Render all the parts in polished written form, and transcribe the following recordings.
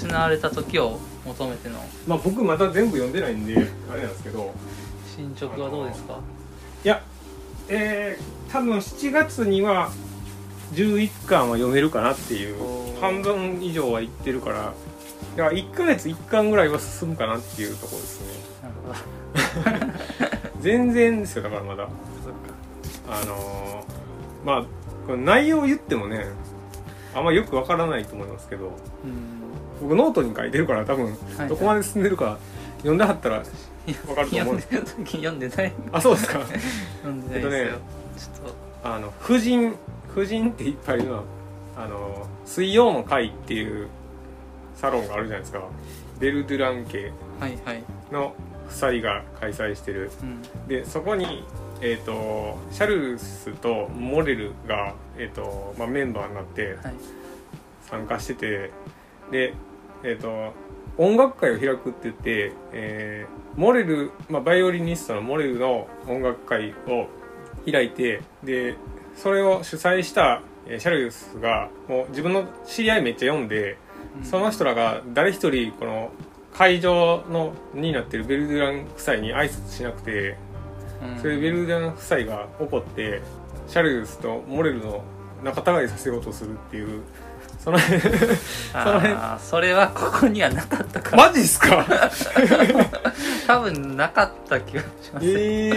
失われた時を求めての、 まあ僕また全部読んでないんであれなんですけど、 進捗はどうですか？ いや多分7月には11巻は読めるかなっていう、半分以上はいってるから、いや1ヶ月1巻ぐらいは進むかなっていうところですね。 なるほど全然ですよ。だからまだまあこの内容を言ってもねあんまよくわからないと思いますけど、僕ノートに書いてるから多分どこまで進んでるか読んではったらわかると思うんですけど読んでない。 あ、そうですか。 読んでないですよ。ちょっと婦人っていっぱいいるのは水曜の会っていうサロンがあるじゃないですか。ベルドゥラン家の夫妻が開催してる、でそこにシャルルスとモレルが、メンバーになって参加してて、で、音楽会を開くって言って、モレル、バイオリニストのモレルの音楽会を開いて、でそれを主催したシャルルスがもう自分の知り合いめっちゃ読んで、その人らが誰一人この会場になってるベルドゥラン夫妻に挨拶しなくて、それでベルドゥラン夫妻が怒ってシャルルスとモレルの仲違いさせようとするっていう、その辺それはここにはなかったかマジっすか多分なかった気がします。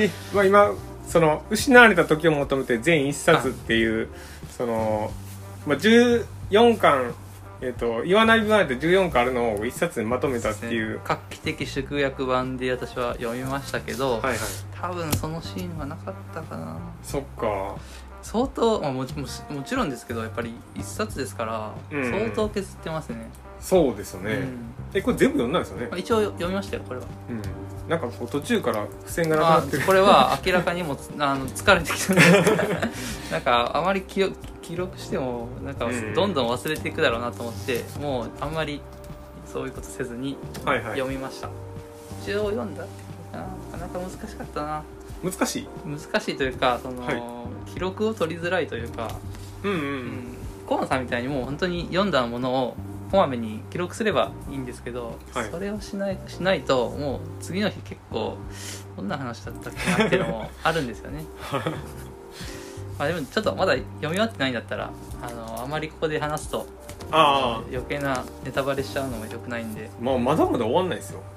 今その失われた時を求めて全一冊っていうその、14巻言わない分まで14巻あるのを一冊にまとめたっていう、 画期的縮約版で私は読みましたけど、多分そのシーンはなかったかな。 そっか。 相当、もちろんですけどやっぱり一冊ですから、相当削ってますね。 そうですよね、これ全部読んだんですよね。 一応読みましたよこれは。 なんかこう途中から付箋がなくなってる。 これは明らかにも疲れてきたんですなんかあまり記録してもなんかどんどん忘れていくだろうなと思って、もうあんまりそういうことせずに読みました。一応読んだってなかなか難しかったな。難しいというか記録を取りづらいというか、河野さんみたいにもう本当に読んだものをこまめに記録すればいいんですけど、それをしないともう次の日結構どんな話だったっけなっていうのもあるんですよねでもちょっとまだ読み終わってないんだったらあまりここで話すと余計なネタバレしちゃうのも良くないんで、 まだまだ終わんないですよ。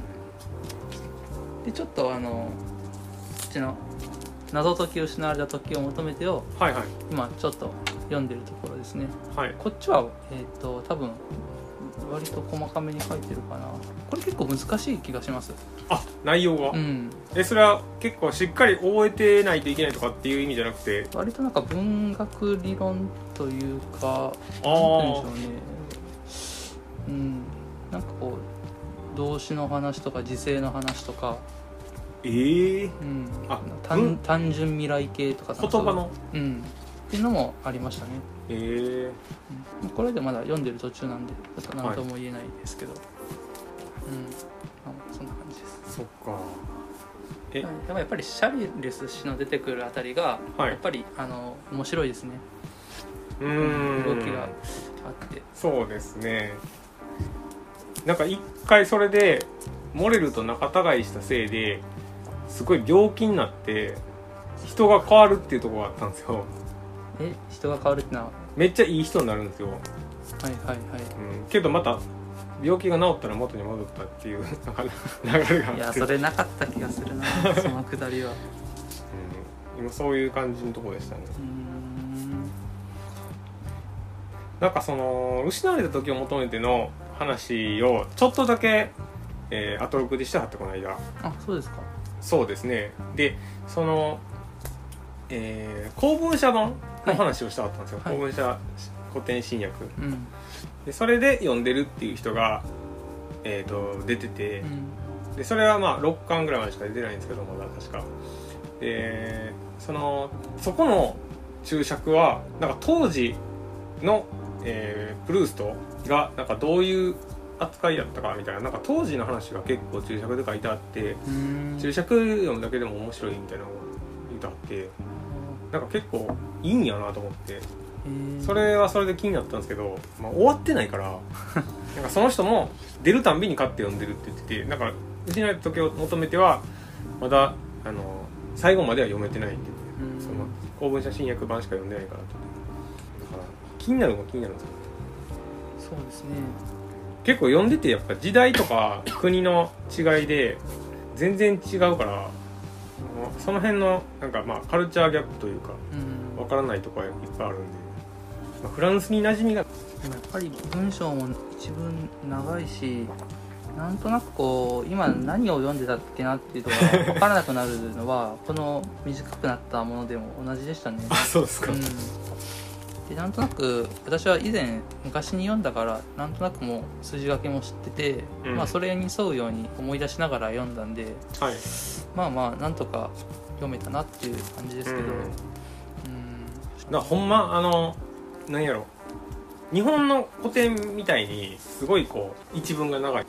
でちょっとこっちの謎解き失われた時を求めてを、今ちょっと読んでるところですね。こっちは多分割と細かめに書いてるかな。これ結構難しい気がします。 内容が、それは結構しっかり覚えてないといけないとかっていう意味じゃなくて、 割となんか文学理論というか、なんて言うんでしょうね。なんかこう動詞の話とか時制の話とか、単純未来形とか言葉のっていうのもありましたね。これでまだ読んでる途中なんでちょっと何とも言えないですけど、そんな感じです。 そっか。 でもやっぱりシャルレス氏の出てくるあたりがやっぱり面白いですね。動きがあって。 そうですね。なんか一回それでモレルと仲違いしたせいですごい病気になって人が変わるっていうところがあったんですよ。 人が変わるってのはめっちゃいい人になるんですよ。けどまた病気が治ったら元に戻ったっていう流れがあって、 いやそれなかった気がするなそのくだりは。 今そういう感じのところでしたね。なんかその失われた時を求めての話をちょっとだけ、アトロクでしてはってこの間。 そうですか。 そうですね。でその、公文社版の話をしたかったんですよ。公文社古典新訳、でそれで読んでるっていう人が、出てて、でそれは6巻ぐらいまでしか出てないんですけど、まだ確かでそこの注釈はなんか当時の、プルーストがなんかどういう扱いだったかみたいな、なんか当時の話が結構注釈で書いてあって、注釈読むだけでも面白いみたいなのを言ってあって、なんか結構いいんやなと思って、それはそれで気になったんですけど、終わってないからなんかその人も出るたんびに買って読んでるって言ってて、なんか失われた時を求めてはまだ最後までは読めてないって言って、その公文写真訳版しか読んでないからって言って、だから気になるも気になるんですよ。 そうですね。 結構読んでてやっぱ時代とか国の違いで全然違うから、その辺のなんかまあカルチャーギャップというか分からないところがいっぱいあるんで、まあ、フランスに馴染みが、 でもやっぱり文章も一文長いし、なんとなくこう今何を読んでたっけなっていうのが分からなくなるのはこの短くなったものでも同じでしたね。 あ、そうですか。 でなんとなく私は以前昔に読んだからなんとなくもう筋書きも知ってて、まあそれに沿うように思い出しながら読んだんで、 はい、 まあまあなんとか読めたなっていう感じですけど、 だほんま何やろ、日本の古典みたいにすごいこう一文が長い、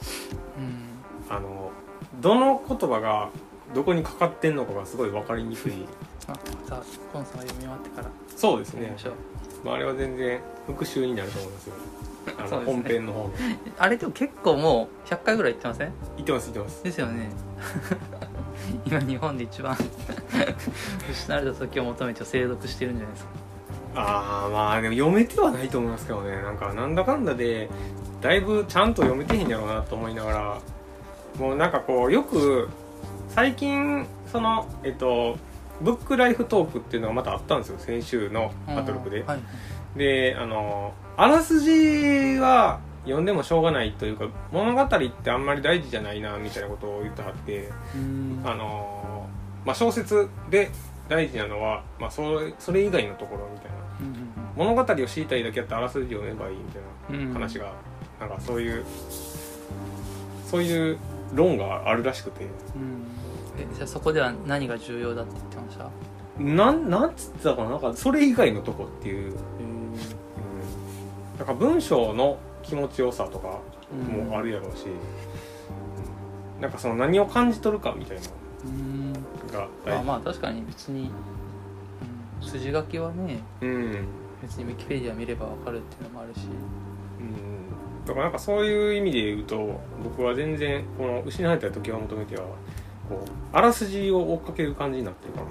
どの言葉がどこにかかってんのかがすごい分かりにくい。 またコンさんが読み終わってから。 そうですね。まあ、あれは全然復習になると思いますよ。 そうですね、 本編の方のあれでも結構もう100回ぐらい言ってません？ 言ってます言ってます。 ですよね。今日本で一番失われた時を求めて精読してるんじゃないですか。 ああ、まあでも読めてはないと思いますけどね。なんだかんだでだいぶちゃんと読めてへんやろうなと思いながら、もうなんかこうよく最近そのブックライフトークっていうのがまたあったんですよ、先週のバトルクで、はい、であらすじは読んでもしょうがないというか、物語ってあんまり大事じゃないなみたいなことを言ってはって、まあ、小説で大事なのは、まあ、それ以外のところみたいな、物語を知りたいだけやったらあらすじ読めばいいみたいな話が、なんかそういう論があるらしくて、 じゃあそこでは何が重要だって言ってました？ なんつってたかな、なんかそれ以外のとこっていう、なんか文章の気持ちよさとかもあるやろうし、なんかその何を感じ取るかみたいなが大事。 まあ確かに別に、筋書きはね、別にウィキペディア見れば分かるっていうのもあるし、 だからなんかそういう意味で言うと、僕は全然この失われた時を求めてはこうあらすじを追っかける感じになってるかなって、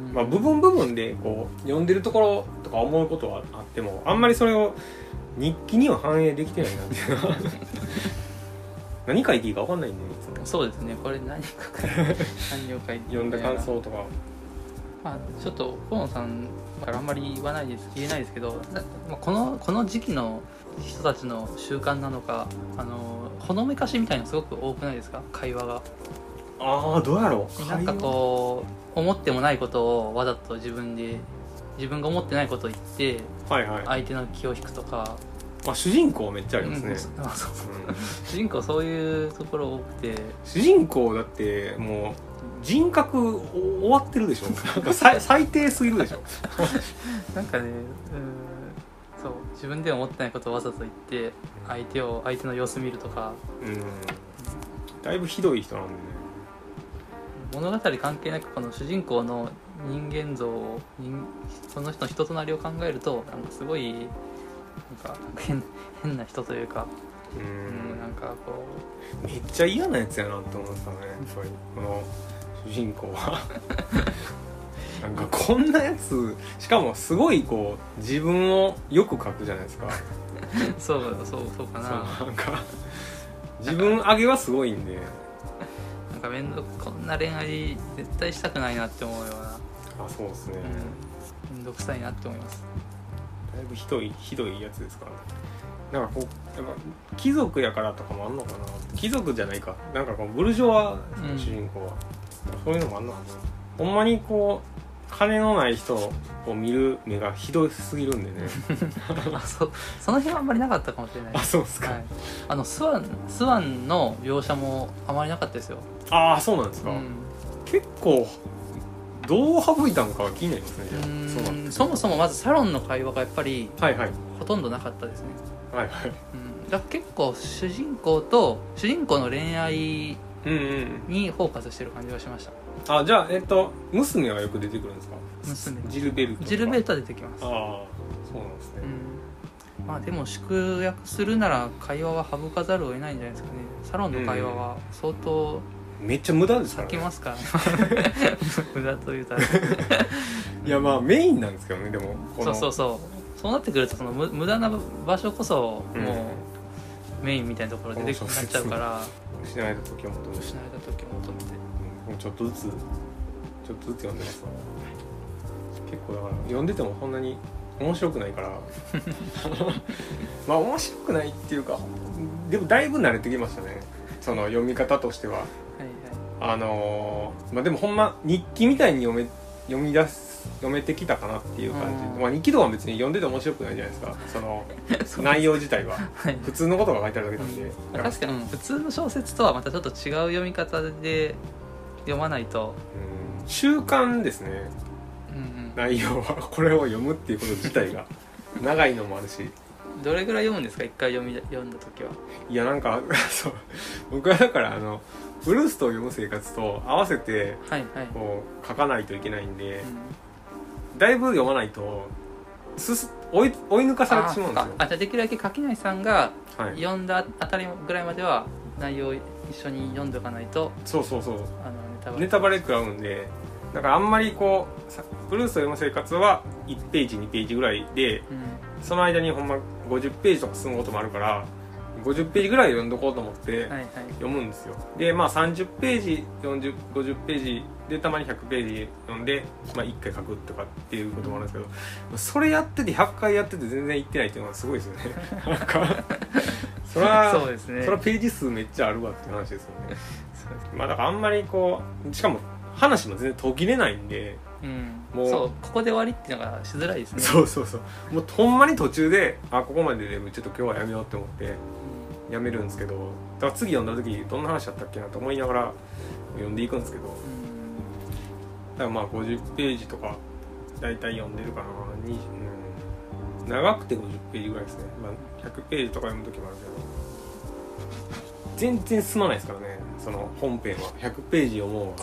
まあ、部分でこう読んでるところとか思うことはあっても、あんまりそれを日記には反映できてないなっていうのは何書いていいか分かんないんで、 そうですね、これ何を書いて読んだ感想とか、 まあ、ちょっと河野さんからあんまり言えないですけど、この時期の人たちの習慣なのか、ほのめかしみたいなのすごく多くないですか、会話が。 ああ、どうやろう、 なんかこう思ってもないことをわざと自分が思ってないことを言って、相手の気を引くとか、 主人公めっちゃありますね、 主人公そういうところ多くて、 主人公だってもう人格終わってるでしょなんか最低すぎるでしょなんかね、そう、自分では思ってないことをわざと言って相手の様子見るとか、 だいぶひどい人なんでね。 物語関係なくこの主人公の人間像をその人の人となりを考えると、なんかすごいなんか変な人というか、なんかこうめっちゃ嫌なやつやなって思ったね、やっぱりこの主人公はなんかこんなやつ、しかもすごいこう自分をよく書くじゃないですかそうかな、 なんか自分上げはすごいんで、 なんかこんな恋愛絶対したくないなって思うような。 そうですね、 めんどくさいなって思います。 だいぶひどいやつですからね。なんかこうやっぱ貴族やからとかもあんのかな、貴族じゃないか、なんかこうブルジョワ主人公は、そういうのもあんのかな。ほんまにこう金のない人を見る目がひどすぎるんでねその辺はあんまりなかったかもしれないです。 そうですか、 スワンの描写もあまりなかったですよ。 そうなんですか、結構どう省いたのかは気になりますね。 そもそもまずサロンの会話がやっぱり、ほとんどなかったですね。だから結構主人公の恋愛にフォーカスしてる感じがしました。 じゃあ娘はよく出てくるんですか？ 娘、 ジルベルトは出てきます。 そうなんですね。 まあでも縮約するなら会話は省かざるを得ないんじゃないですかね。サロンの会話は相当、 めっちゃ無駄ですからね。 避けますからね無駄というたらいやまあメインなんですけどね。でもそうなってくるとその無駄な場所こそもうメインみたいなところでできなっちゃうから、 失われた時を求めて、ちょっとずつ読んでますわ。結構だから読んでてもそんなに面白くないからまあ面白くないっていうか、でもだいぶ慣れてきましたね、その読み方としては。はいはい、まあでもほんま日記みたいに読めてきたかなっていう感じ。まあ日記とかは別に読んでて面白くないじゃないですか、その内容自体は普通のことが書いてあるだけなんで、 確かに普通の小説とはまたちょっと違う読み方で読まないと、 習慣ですね、内容はこれを読むっていうこと自体が長いのもあるし。 どれぐらい読むんですか、一回読んだ時は。 いやなんかそう、僕はだからブルースと読む生活と合わせてこう書かないといけないんで、だいぶ読まないと追い抜かされてしまうんですよ。 じゃあできるだけ垣内さんが読んだあたりぐらいまでは内容を一緒に読んでおかないと、 そうネタバレ食らうんで、だからあんまりこうブルースと読む生活は1ページ2ページぐらいで、その間にほんま50ページとか進むこともあるから、50ページぐらい読んどこうと思って読むんですよ。でまあ30ページ50ページでたまに100ページ読んで、まあ、1回書くとかっていうこともあるんですけど、それやってて100回やってて全然いってないっていうのはすごいですよねなんかそそうですね、 それはページ数めっちゃあるわって話ですよねまあだからあんまりこう、しかも話も全然途切れないんで、 もうそうここで終わりっていうのがしづらいですね。 そうもうほんまに途中でここまででちょっと今日はやめようって思ってやめるんですけど、だから次読んだ時どんな話だったっけなと思いながら読んでいくんですけど、だからまあ50ページとかだいたい読んでるかな、長くて50ページぐらいですね、まあ、100ページとか読む時もあるけど全然進まないですからね、その本編は100ページ読もうが。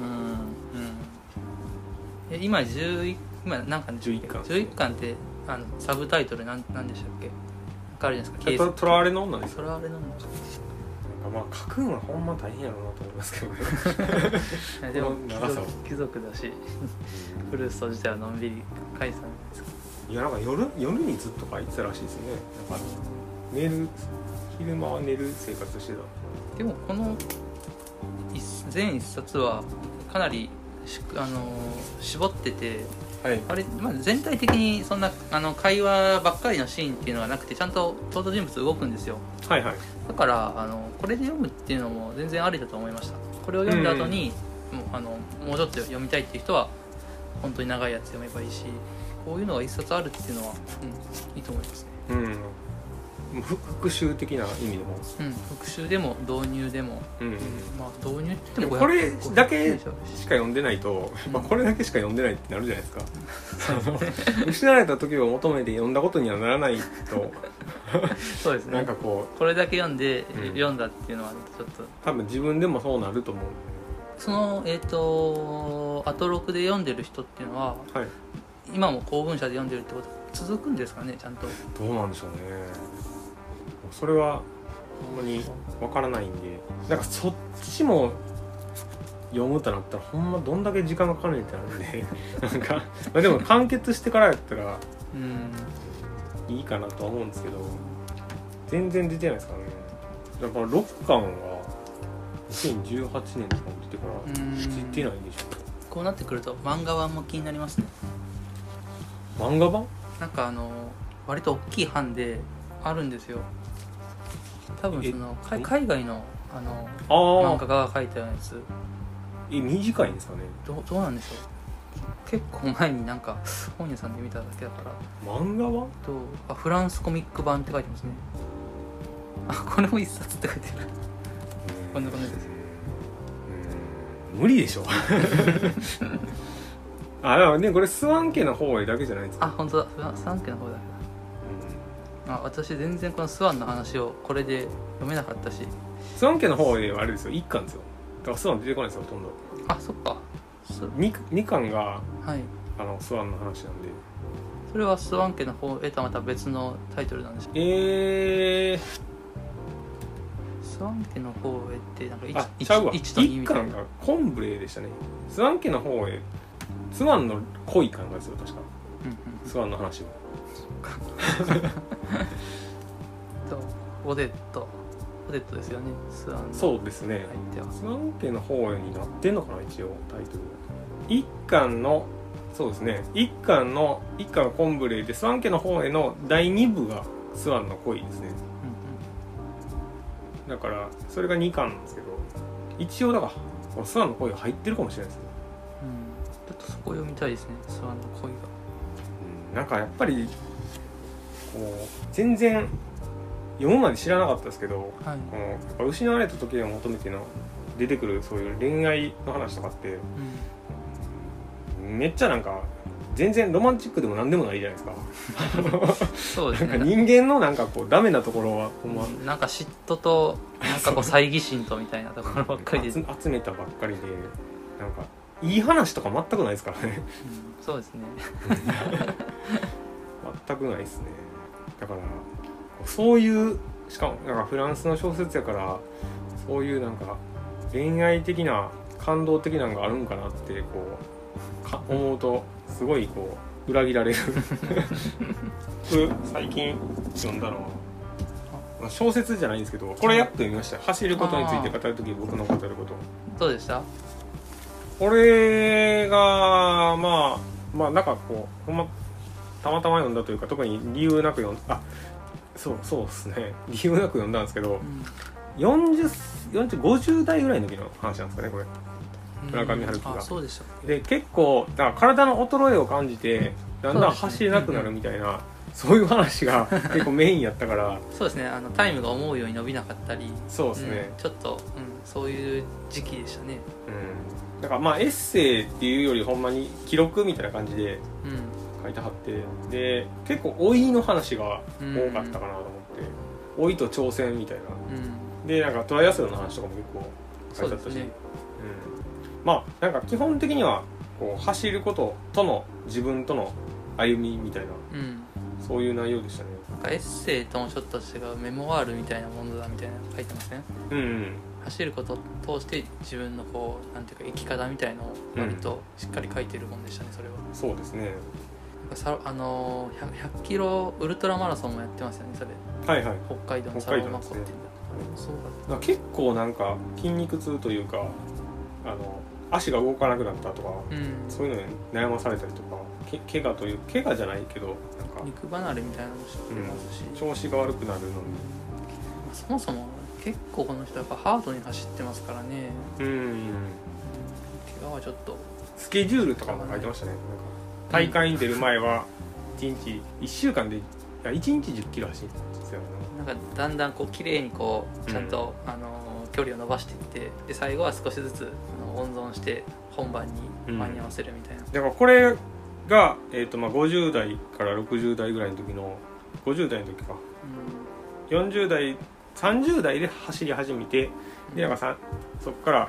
今なんか、ね、11巻ってサブタイトルなんでしたっけ、分かるじゃないですか。 トラーレの女ですか。 トラーレの女、なんかまあ書くんはほんま大変やろうなと思いますけどねでも貴族だしブルースト自体はのんびり書いてたんですか。 いやなんか夜にずっと書いてたらしいですね。なんか昼間は寝る生活してた。 でもこの全一冊はかなり絞ってて、あれ、まあ、全体的にそんな会話ばっかりのシーンっていうのがなくて、ちゃんと登場人物動くんですよ。だからこれで読むっていうのも全然ありだと思いました。これを読んだ後に、もうちょっと読みたいっていう人は本当に長いやつ読めばいいし、こういうのが一冊あるっていうのは、いいと思いますね。 復習的な意味でも、 復習でも導入でも、まあ導入って言ってもこれだけしか読んでないと、これだけしか読んでないってなるじゃないですか失われた時を求めて読んだことにはならないとそうですね、 なんかこれだけ読んで、読んだっていうのはちょっと多分自分でもそうなると思う。 そのアトロクで読んでる人っていうのは、今も公文社で読んでるってこと続くんですかね、ちゃんと。 どうなんでしょうね、それはほんまにわからないんで、なんかそっちも読むとなったらほんまどんだけ時間がかかるんってなるんでなんか、まあ、でも完結してからやったらいいかなとは思うんですけど、全然出てないですからね。だから6巻は2018年とかも出てから出てないでしょ。 こうなってくると漫画版も気になりますね。 漫画版？ なんか割と大きい版であるんですよ。多分その海外の漫画家が描いたようなやつ。 短いんですかね。 どうなんでしょう。結構前になんか本屋さんで見ただけだから。 漫画版？ フランスコミック版って書いてますね。これも一冊って書いてる。こんな感じです。 無理でしょだからね、これスワン家の方へだけじゃないですか。 本当だ、スワン家の方だけだ。私全然このスワンの話をこれで読めなかったし。 スワン家の方ではあれですよ、1巻ですよ。だからスワン出てこないですよ、ほとんど。 そっか。 2巻が、 はい、 スワンの話なんで。 それはスワン家の方へとはまた別のタイトルなんでしょう。スワン家の方へってなんかちゃうわ、 1と2みたいな。 1巻がコンブレーでしたね。スワン家の方へ、スワンの恋感がですよ確か、スワンの話はとオデットですよね、スワンの。 そうですね、スワン家の方へになってんのかな一応タイトル。1巻のそうですね、1巻のコンブレーで、スワン家の方への第2部がスワンの恋ですね、だからそれが2巻なんですけど、一応だからスワンの恋が入ってるかもしれないですね。 ちょっとそこ読みたいですね、スワンの恋が。 なんかやっぱりこう全然読むまで知らなかったですけど、このやっぱ失われた時を求めての出てくるそういう恋愛の話とかって、めっちゃなんか全然ロマンチックでも何でもないじゃないですかそうですね、 なんか人間のなんかこうダメなところはほんま、 なんか嫉妬となんかこう猜疑心とみたいなところばっかりで集めたばっかりで、なんかいい話とか全くないですからねそうですね全くないですね。だからそういう、しかもなんかフランスの小説やからそういうなんか恋愛的な感動的なのがあるんかなってこう思うとすごいこう裏切られる最近読んだのは小説じゃないんですけど、これやっと読みました。走ることについて語るとき僕の語ること。 どうでした？ これがまあなんかこうほんまたまたま読んだというか、特に理由なく読んだ、そうですね、理由なく読んだんですけど、50代ぐらいの時の話なんですかねこれ、村上春樹が。 そうでしたっけ。 で結構だから体の衰えを感じてだんだん走れなくなるみたいな、そういう話が結構メインやったからそうですね、タイムが思うように伸びなかったり、 そうですね、 ちょっと、そういう時期でしたね。 だからまあエッセイっていうよりほんまに記録みたいな感じで書いてはって、で結構老いの話が多かったかなと思って、老いと挑戦みたいな、でなんかトライアスロンの話とかも結構書いてあったし、まあなんか基本的にはこう走ることとの自分との歩みみたいな、そういう内容でしたね。 なんかエッセイともちょっと違うメモワールみたいなものだみたいなの書いてますね。走ることを通して自分のこうなんていうか生き方みたいのを割としっかり書いてる本でしたね、それは。そうですね。なんか100キロウルトラマラソンもやってますよね、それ。北海道のサロマ湖っていうんだ。そうだ。 結構なんか筋肉痛というか足が動かなくなったとか、そういうのに悩まされたりとか、怪我じゃないけどなんか肉離れみたいなのも知ってますし、 調子が悪くなるのに、 そもそも結構この人やっぱハードに走ってますからね。怪我はちょっと。 スケジュールとかも書いてましたね。なんか大会に出る前は1週間で1日10キロ走るんですよね。 なんかだんだんこう綺麗にこうちゃんと、距離を伸ばしていって、で最後は少しずつ温存して本番に間に合わせるみたいな。 だからこれが、50代から60代ぐらいの時の50代の時か、40代30代で走り始めて、でなんかそこから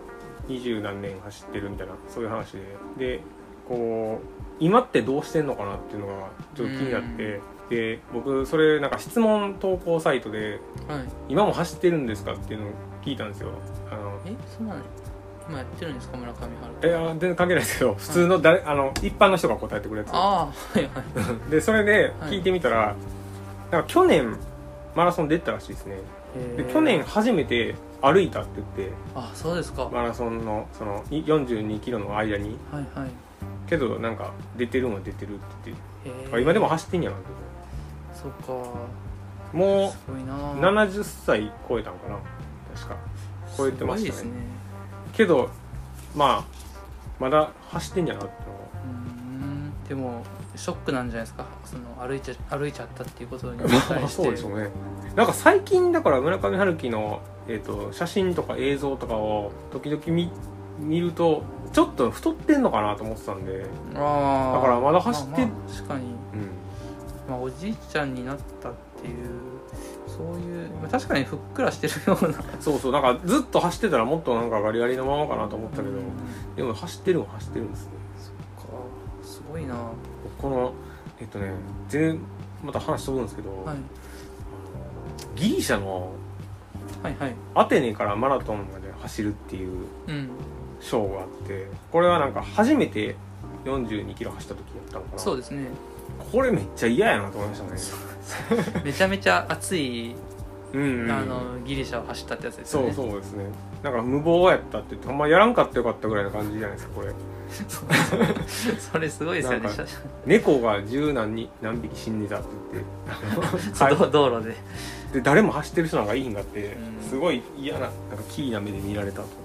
20何年走ってるみたいな、そういう話でこう今ってどうしてんのかなっていうのがちょっと気になって、で僕それなんか質問投稿サイトで、今も走ってるんですかっていうのを聞いたんですよ。 そうなの？今やってるんですか、村上春樹。全然関係ないですけど、普通の一般の人が答えてくれるやつ。でそれで聞いてみたら、なんか去年マラソン出たらしいですね。で去年初めて歩いたって言って、 そうですか。 マラソンのその42キロの間に、けどなんか出てるって言って、今でも走ってんやなって。 そっか。 もう70歳超えたんかな、確か超えてましたね。けどまだ走ってんやなって。 でもショックなんじゃないですか、その歩いちゃったっていうことに対して。 そうでしょうね。なんか最近だから村上春樹の、写真とか映像とかを時々見るとちょっと太ってんのかなと思ってたんで、だからまだ走って、 確かに、おじいちゃんになったっていう、そういう確かにふっくらしてるようなそうなんかずっと走ってたらもっとなんかガリガリのままかなと思ったけど、でも走ってるんですね。 そっか、すごいな。 この全然また話飛ぶんですけど、はい、ギリシャのアテネからマラトンまで走るっていうショーがあって、これはなんか初めて42キロ走った時やったのかな。 そうですね。 これめっちゃ嫌やなと思いましたねめちゃめちゃ暑いギリシャを走ったってやつですよね。 そうですね。なんか無謀やったって言って、あんまやらんかったよかったぐらいな感じじゃないですかこれそれすごいですよね。 猫が十何匹死んでたって言って道路で誰も走ってる人なんかいいんだって、すごい嫌な、なんかキーな目で見られたと。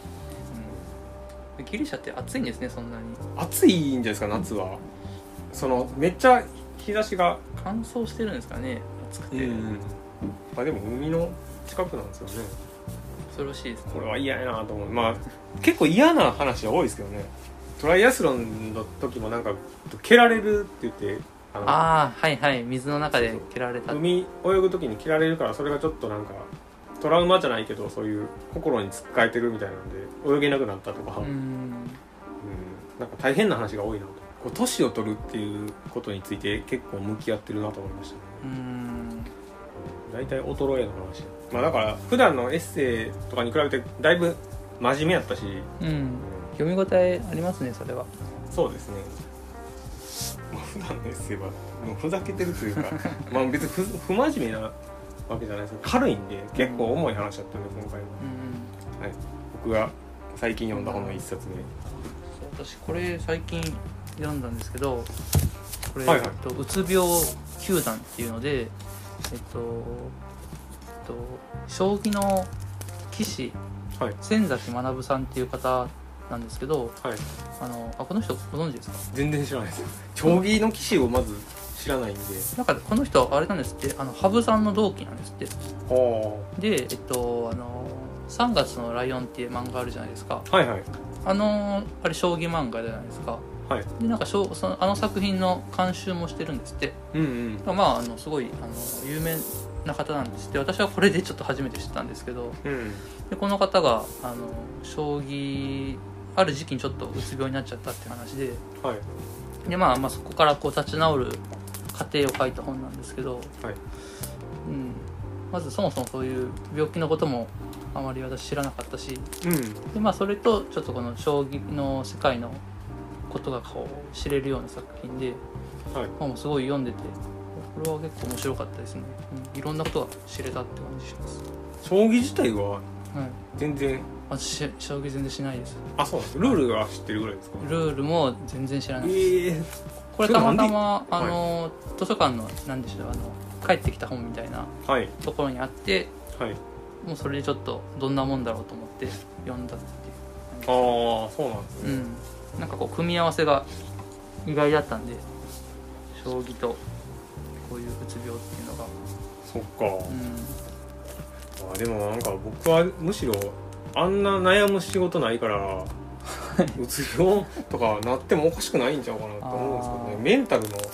ギリシャって暑いんですね。そんなに暑いんじゃないですか夏は。そのめっちゃ日差しが乾燥してるんですかね、暑くて。 でも海の近くなんですよね。 恐ろしいですね。 これは嫌やなと思う。まあ結構嫌な話は多いですけどね。トライアスロンの時もなんか蹴られるって言って、 はいはい、水の中で蹴られた。 海泳ぐ時に蹴られるから、それがちょっとなんかトラウマじゃないけど、そういう心につっかえてるみたいなんで泳げなくなったとか、なんか大変な話が多いなと。こう年を取るっていうことについて結構向き合ってるなと思いましたね。大体衰えの話。まあだから普段のエッセイとかに比べてだいぶ真面目やったし、 読み応えありますね、それは。 そうですね。まあ、普段のエッセイはもうふざけてるというかまあ別に不真面目なわけじゃないですけど、軽いんで結構重い話だったんで今回は、はい、僕が最近読んだ本の一冊目。 私これ最近読んだんですけど、これ、うつ病球団っていうので、将棋の棋士、千崎学さんっていう方なんですけど、この人ご存知ですか？ 全然知らないです。将棋の棋士をまず知らないんで。 なんかこの人あれなんですって、羽生さんの同期なんですって。で、3月のライオンっていう漫画あるじゃないですか。あれ将棋漫画じゃないですか。でなんかその作品の監修もしてるんですって。まあすごい有名な方なんですって。私はこれでちょっと初めて知ったんですけど、でこの方が将棋ある時期にちょっとうつ病になっちゃったって話で、でまあそこからこう立ち直る過程を書いた本なんですけど、まずそもそもそういう病気のこともあまり私知らなかったし、でそれとちょっとこの将棋の世界のことがこう知れるような作品で、もうすごい読んでて、これは結構面白かったですね。いろんなことが知れたって感じします。 将棋自体は全然、 私将棋全然しないです。 そうなんです。ルールは知ってるぐらいですか？ ルールも全然知らないです。これたまたま図書館の何でしょう、帰ってきた本みたいなところにあって、もうそれでちょっとどんなもんだろうと思って読んだっていう。 そうなんですね。 なんかこう組み合わせが意外だったんで、将棋とこういううつ病っていうのが。 そっか。でもなんか僕はむしろあんな悩む仕事ないからうつ病とかなってもおかしくないんちゃうかなと思うんですけどね。メンタルのね、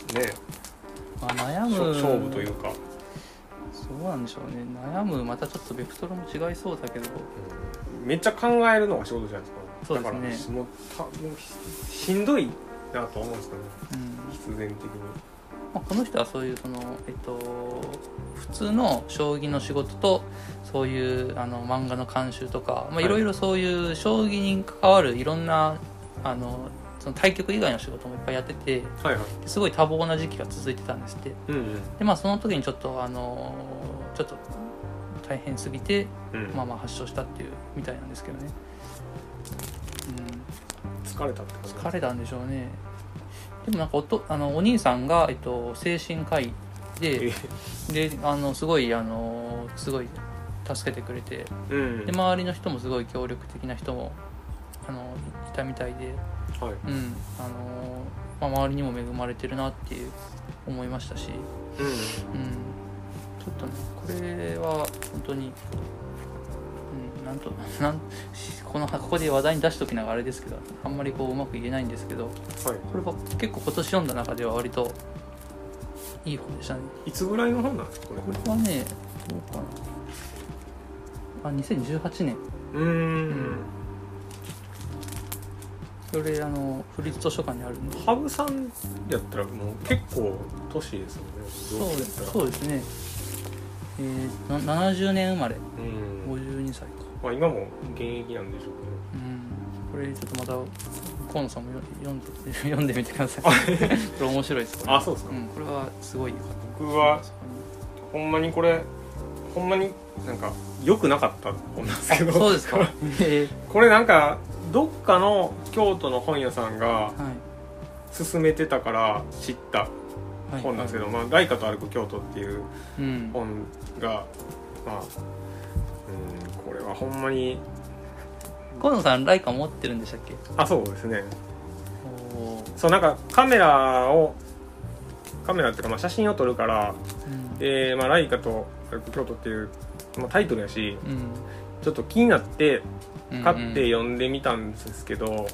悩む勝負というか。 そうなんでしょうね。悩むまたちょっとベクトルも違いそうだけど、 めっちゃ考えるのが仕事じゃないですか。 そうですね。 だからもうしんどいなと思うんですけどね、必然的に。 この人はそういう普通の将棋の仕事とそういう漫画の監修とか、いろいろそういう将棋に関わるいろんなその対局以外の仕事もいっぱいやってて、すごい多忙な時期が続いてたんですって。でその時にちょっと大変すぎて、発症したっていうみたいなんですけどね。 疲れたってことですか？ 疲れたんでしょうね。でもなんかお兄さんが、精神科医ですごい助けてくれて、で周りの人もすごい協力的な人もいたみたいで、周りにも恵まれてるなっていう思いましたし、ちょっとねこれは本当にここで話題に出しときながらあれですけど、あんまりこううまく言えないんですけど、これは結構今年読んだ中では割といい本でしたね。 いつぐらいの本なんですかこれ？ これはね、どうかな、2018年。 それ府立図書館にあるんで。 羽生さんやったらもう結構年ですよね。 そうですね。70年生まれ、52歳か。 まあ今も現役なんでしょうけど、これちょっとまた河野さんも読んでみてください。これ面白いです。 あ、そうですか。 これはすごい。 僕はほんまになんか良くなかった本なんですけど。 そうですか。 これなんかどっかの京都の本屋さんが勧めてたから知った本なんですけど、ライカと歩く京都っていう本が、これはほんまに。 河野さんライカ持ってるんでしたっけ？ あ、そうですね。そう、なんかカメラっていうか写真を撮るから、ライカと歩く京都っていうタイトルやし、ちょっと気になって買って読んでみたんですけど、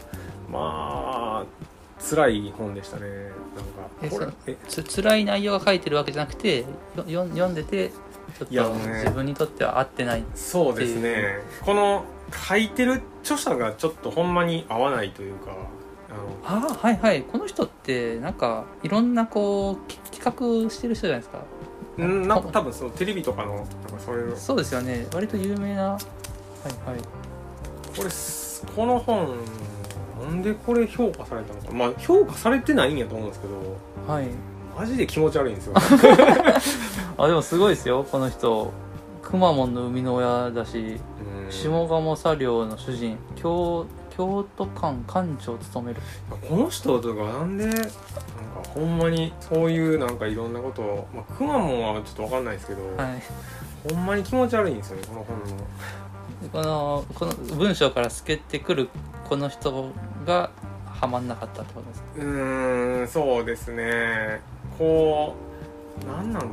辛い本でしたね。なんか辛い内容が書いてるわけじゃなくて、読んでてちょっと自分にとっては合ってないっていう。 そうですね。この書いてる著者がちょっとほんまに合わないというか。 はいはい。この人ってなんかいろんなこう企画してる人じゃないですか。 なんか多分そのテレビとかのなんかそういう。 そうですよね。割と有名な。はいはい。 この本なんでこれ評価されたのか。評価されてないんやと思うんですけど、はい、マジで気持ち悪いんですよ。 でもすごいですよ、この人。くまモンの生みの親だし、下鴨茶寮の主人、京都館館長を務める。 この人とかなんでなんかほんまにそういうなんかいろんなことを、くまモンはちょっと分かんないですけど、ほんまに気持ち悪いんですよね、この本の。 この文章から透けてくるこの人がハマんなかったってことですか？ そうですね。こうなんか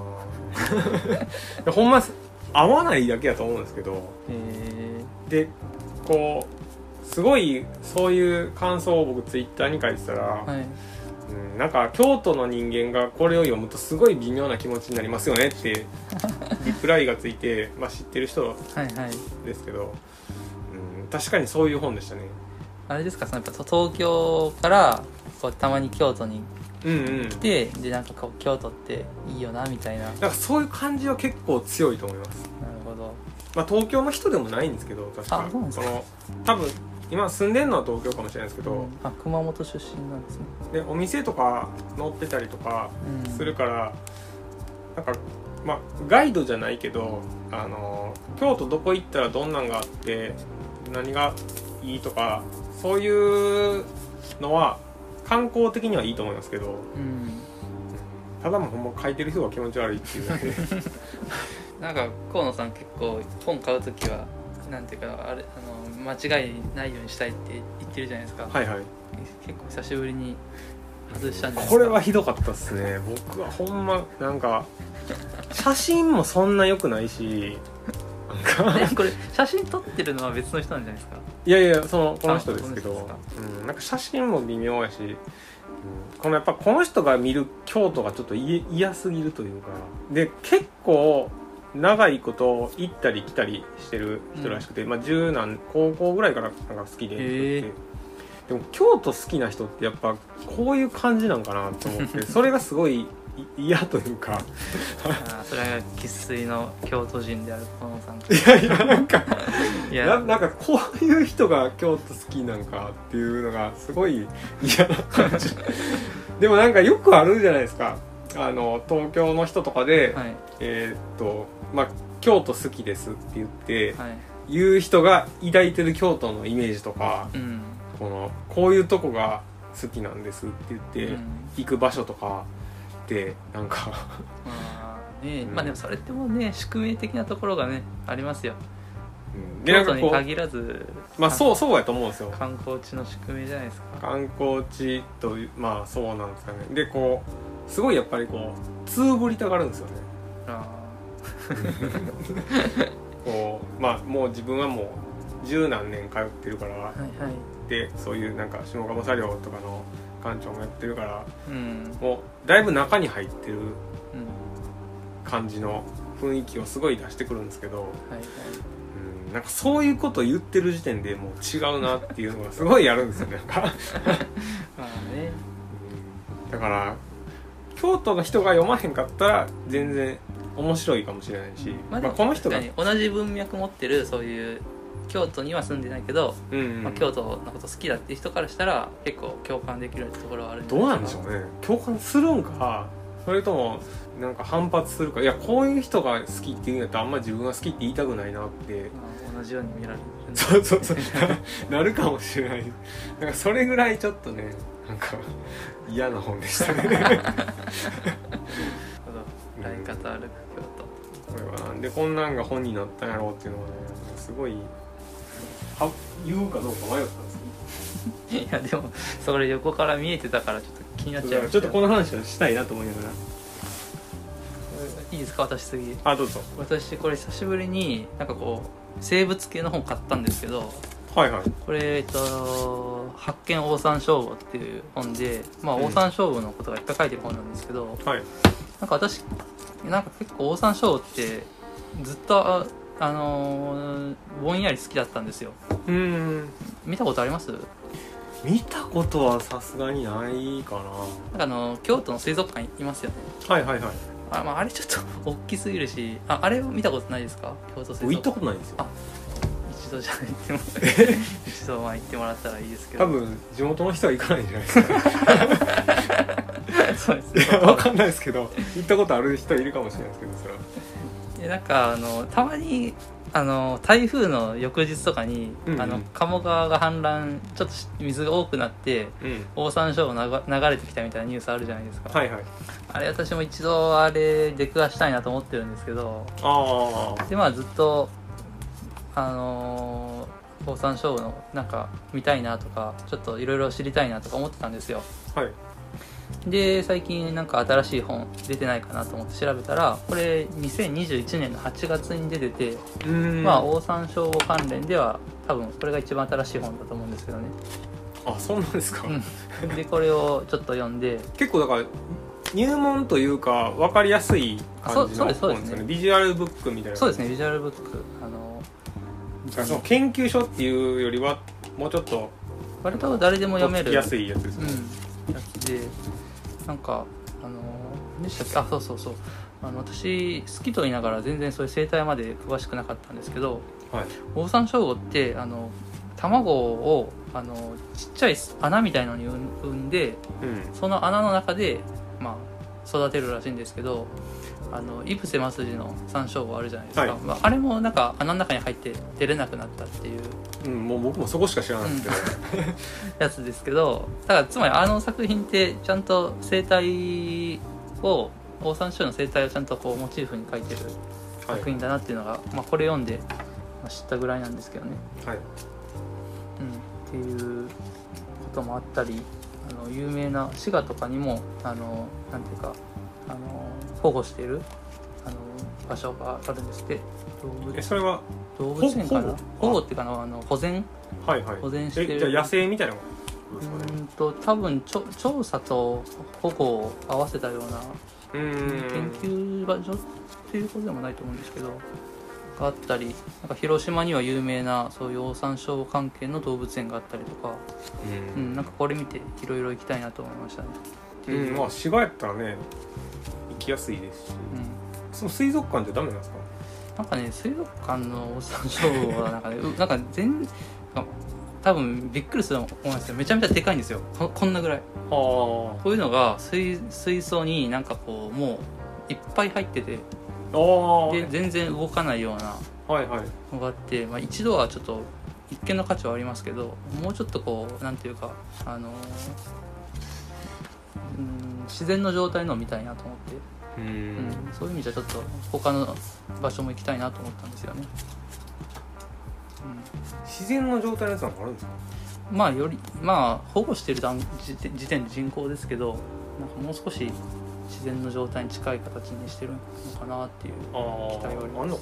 な。ほんま合わないだけだと思うんですけど、でこうすごいそういう感想を僕ツイッターに書いてたら、なんか京都の人間がこれを読むとすごい微妙な気持ちになりますよねってリプライがついて、知ってる人ですけど、確かにそういう本でしたね。 あれですか、やっぱ東京からこうたまに京都に来て、でなんかこう京都っていいよなみたいな、 なんかそういう感じは結構強いと思います。 なるほど。 東京の人でもないんですけど、確かそうなんですか。 多分今住んでるのは東京かもしれないですけど、 熊本出身なんですね。 でお店とか載ってたりとかするから、なんかガイドじゃないけど、京都どこ行ったらどんなんがあって何がいいとか、そういうのは観光的にはいいと思いますけど、ただもうほんま書いてる人が気持ち悪いっていうだけで。 なんか河野さん結構本買うときはなんていうか間違いないようにしたいって言ってるじゃないですか。 はいはい。 結構久しぶりに外したんじゃないですか。 これはひどかったっすね。僕はほんまなんか写真もそんな良くないし、 なんかこれ写真撮ってるのは別の人なんじゃないですか。 いやいや、この人ですけど、なんか写真も微妙やし、やっぱこの人が見る京都がちょっと嫌すぎるというか、で結構長いこと行ったり来たりしてる人らしくて、高校ぐらいからなんか好きで、でも京都好きな人ってやっぱこういう感じなんかなと思って、それがすごい嫌というか。 それは生粋の京都人である河野さん。 いやなんかなんかこういう人が京都好きなんかっていうのがすごい嫌な感じ。でもなんかよくあるじゃないですか。東京の人とかで、京都好きですって言って、言う人が抱いてる京都のイメージとか、こういうとこが好きなんですって言って、行く場所とかでなんかでもそれってもうね宿命的なところがねありますよ。京都に限らず、 そうやと思うんですよ。 観光地の宿命じゃないですか。 観光地とそうなんですかね。ですごいやっぱりつぶりたがるんですよね。もう自分はもう十何年通ってるから、でそういうなんか下鴨茶寮とかの館長もやってるから、もうだいぶ中に入ってる感じの雰囲気をすごい出してくるんですけど、 なんかそういうことを言ってる時点でもう違うなっていうのがすごいあるんですよね。なんかまあね、 だから京都の人が読まへんかったら全然面白いかもしれないし、 まあ、この人が同じ文脈持ってるそういう京都には住んでないけど、まあ、京都のこと好きだっていう人からしたら結構共感できるところはあるんじゃないですか。 どうなんでしょうね。共感するんかそれともなんか反発するか。いやこういう人が好きっていうんやったらあんま自分が好きって言いたくないなって、 同じように見られる、 そうなるかもしれない。なんかそれぐらいちょっとねなんか嫌な本でしたね。 来方歩く京都、 これはなんでこんなんが本になったんやろうっていうのはねすごい言うかどうか迷ったんですけどいやでもそれ横から見えてたからちょっと気になっちゃいました。 ちょっとこの話をしたいなと思いながら。 いいですか、私次。 どうぞ。 私これ久しぶりになんかこう生物系の本買ったんですけど、 はいはい、 これ発見オオサンショウウオっていう本で、まあオオサンショウウオのことがいっぱい書いてる本なんですけど、 はい、 なんか私なんか結構オオサンショウウオってずっとぼんやり好きだったんですよ。見たことあります？ 見たことはさすがにないかな。なんか京都の水族館いますよね。 はいはいはい。 まあ、あれちょっと大きすぎるし、あれを見たことないですか？京都水族館。 行ったことないんですよ。 一度じゃ行っても一度行ってもらったらいいですけど、 多分地元の人は行かないんじゃないですか。 そうですね。 分かんないですけど行ったことある人いるかもしれないですけど、それはなんかたまに台風の翌日とかに、鴨川が氾濫ちょっと水が多くなって、オオサンショウウオ流れてきたみたいなニュースあるじゃないですか。 はいはい。 あれ私も一度あれ出くわしたいなと思ってるんですけど、でまあずっとオオサンショウウオのなんか見たいなとかちょっといろいろ知りたいなとか思ってたんですよ。 はい。 で最近なんか新しい本出てないかなと思って調べたら、これ2021年の8月に出てて、まあオオサンショウウオ関連では多分これが一番新しい本だと思うんですけどね。 そうなんですか。 でこれをちょっと読んで、 結構だから入門というか分かりやすい感じの本ですよね。ビジュアルブックみたいな。 そうですね、ビジュアルブック。 その研究書っていうよりはもうちょっと割と誰でも読めるやすいやつですね。 やつで、なんかでしたっけ、そう私好きと言いながら全然そういう生態まで詳しくなかったんですけど、オオサンショウウオって卵をちっちゃい穴みたいのに産んで、その穴の中で、まあ、育てるらしいんですけど、イプセマスジのサンショウウオあるじゃないですか、まあ、あれもなんか穴の中に入って出れなくなったっていう、 もう僕もそこしか知らないんですけど、 やつですけど、だからつまり作品ってちゃんと生態をオオサンショウウオの生態をちゃんとこうモチーフに描いてる作品だなっていうのが、まあ、これ読んで知ったぐらいなんですけどね。っていうこともあったり、有名な滋賀とかにもなんていうか保護している場所があるんですって。 それは動物園かな。保護っていうか保全、保全してる。 じゃあ野生みたいなことですかね。 多分調査と保護を合わせたような研究場所っていうことでもないと思うんですけどがあったり、なんか広島には有名なそういうオオサンショウウオ関係の動物園があったりとか、なんかこれ見ていろいろ行きたいなと思いましたね。 まあ滋賀やったらね行きやすいですし、その水族館ってダメなんですか？ なんかね、水族館のオオサンショウウオはなんかねなんか多分びっくりすると思うんですけど、めちゃめちゃでかいんですよ。こんなぐらい。こういうのが水槽になんかこうもういっぱい入ってて、で全然動かないようなのがあって、まあ、一度はちょっと一見の価値はありますけど、もうちょっとこうなんていうか自然の状態のを見たいなと思って、そういう意味じゃちょっと他の場所も行きたいなと思ったんですよね。 自然の状態のやつなんかあるんですか？ まあ保護してる時点で人工ですけど、なんかもう少し自然の状態に近い形にしてるのかなっていう期待はあります。 あんのかな、どこか。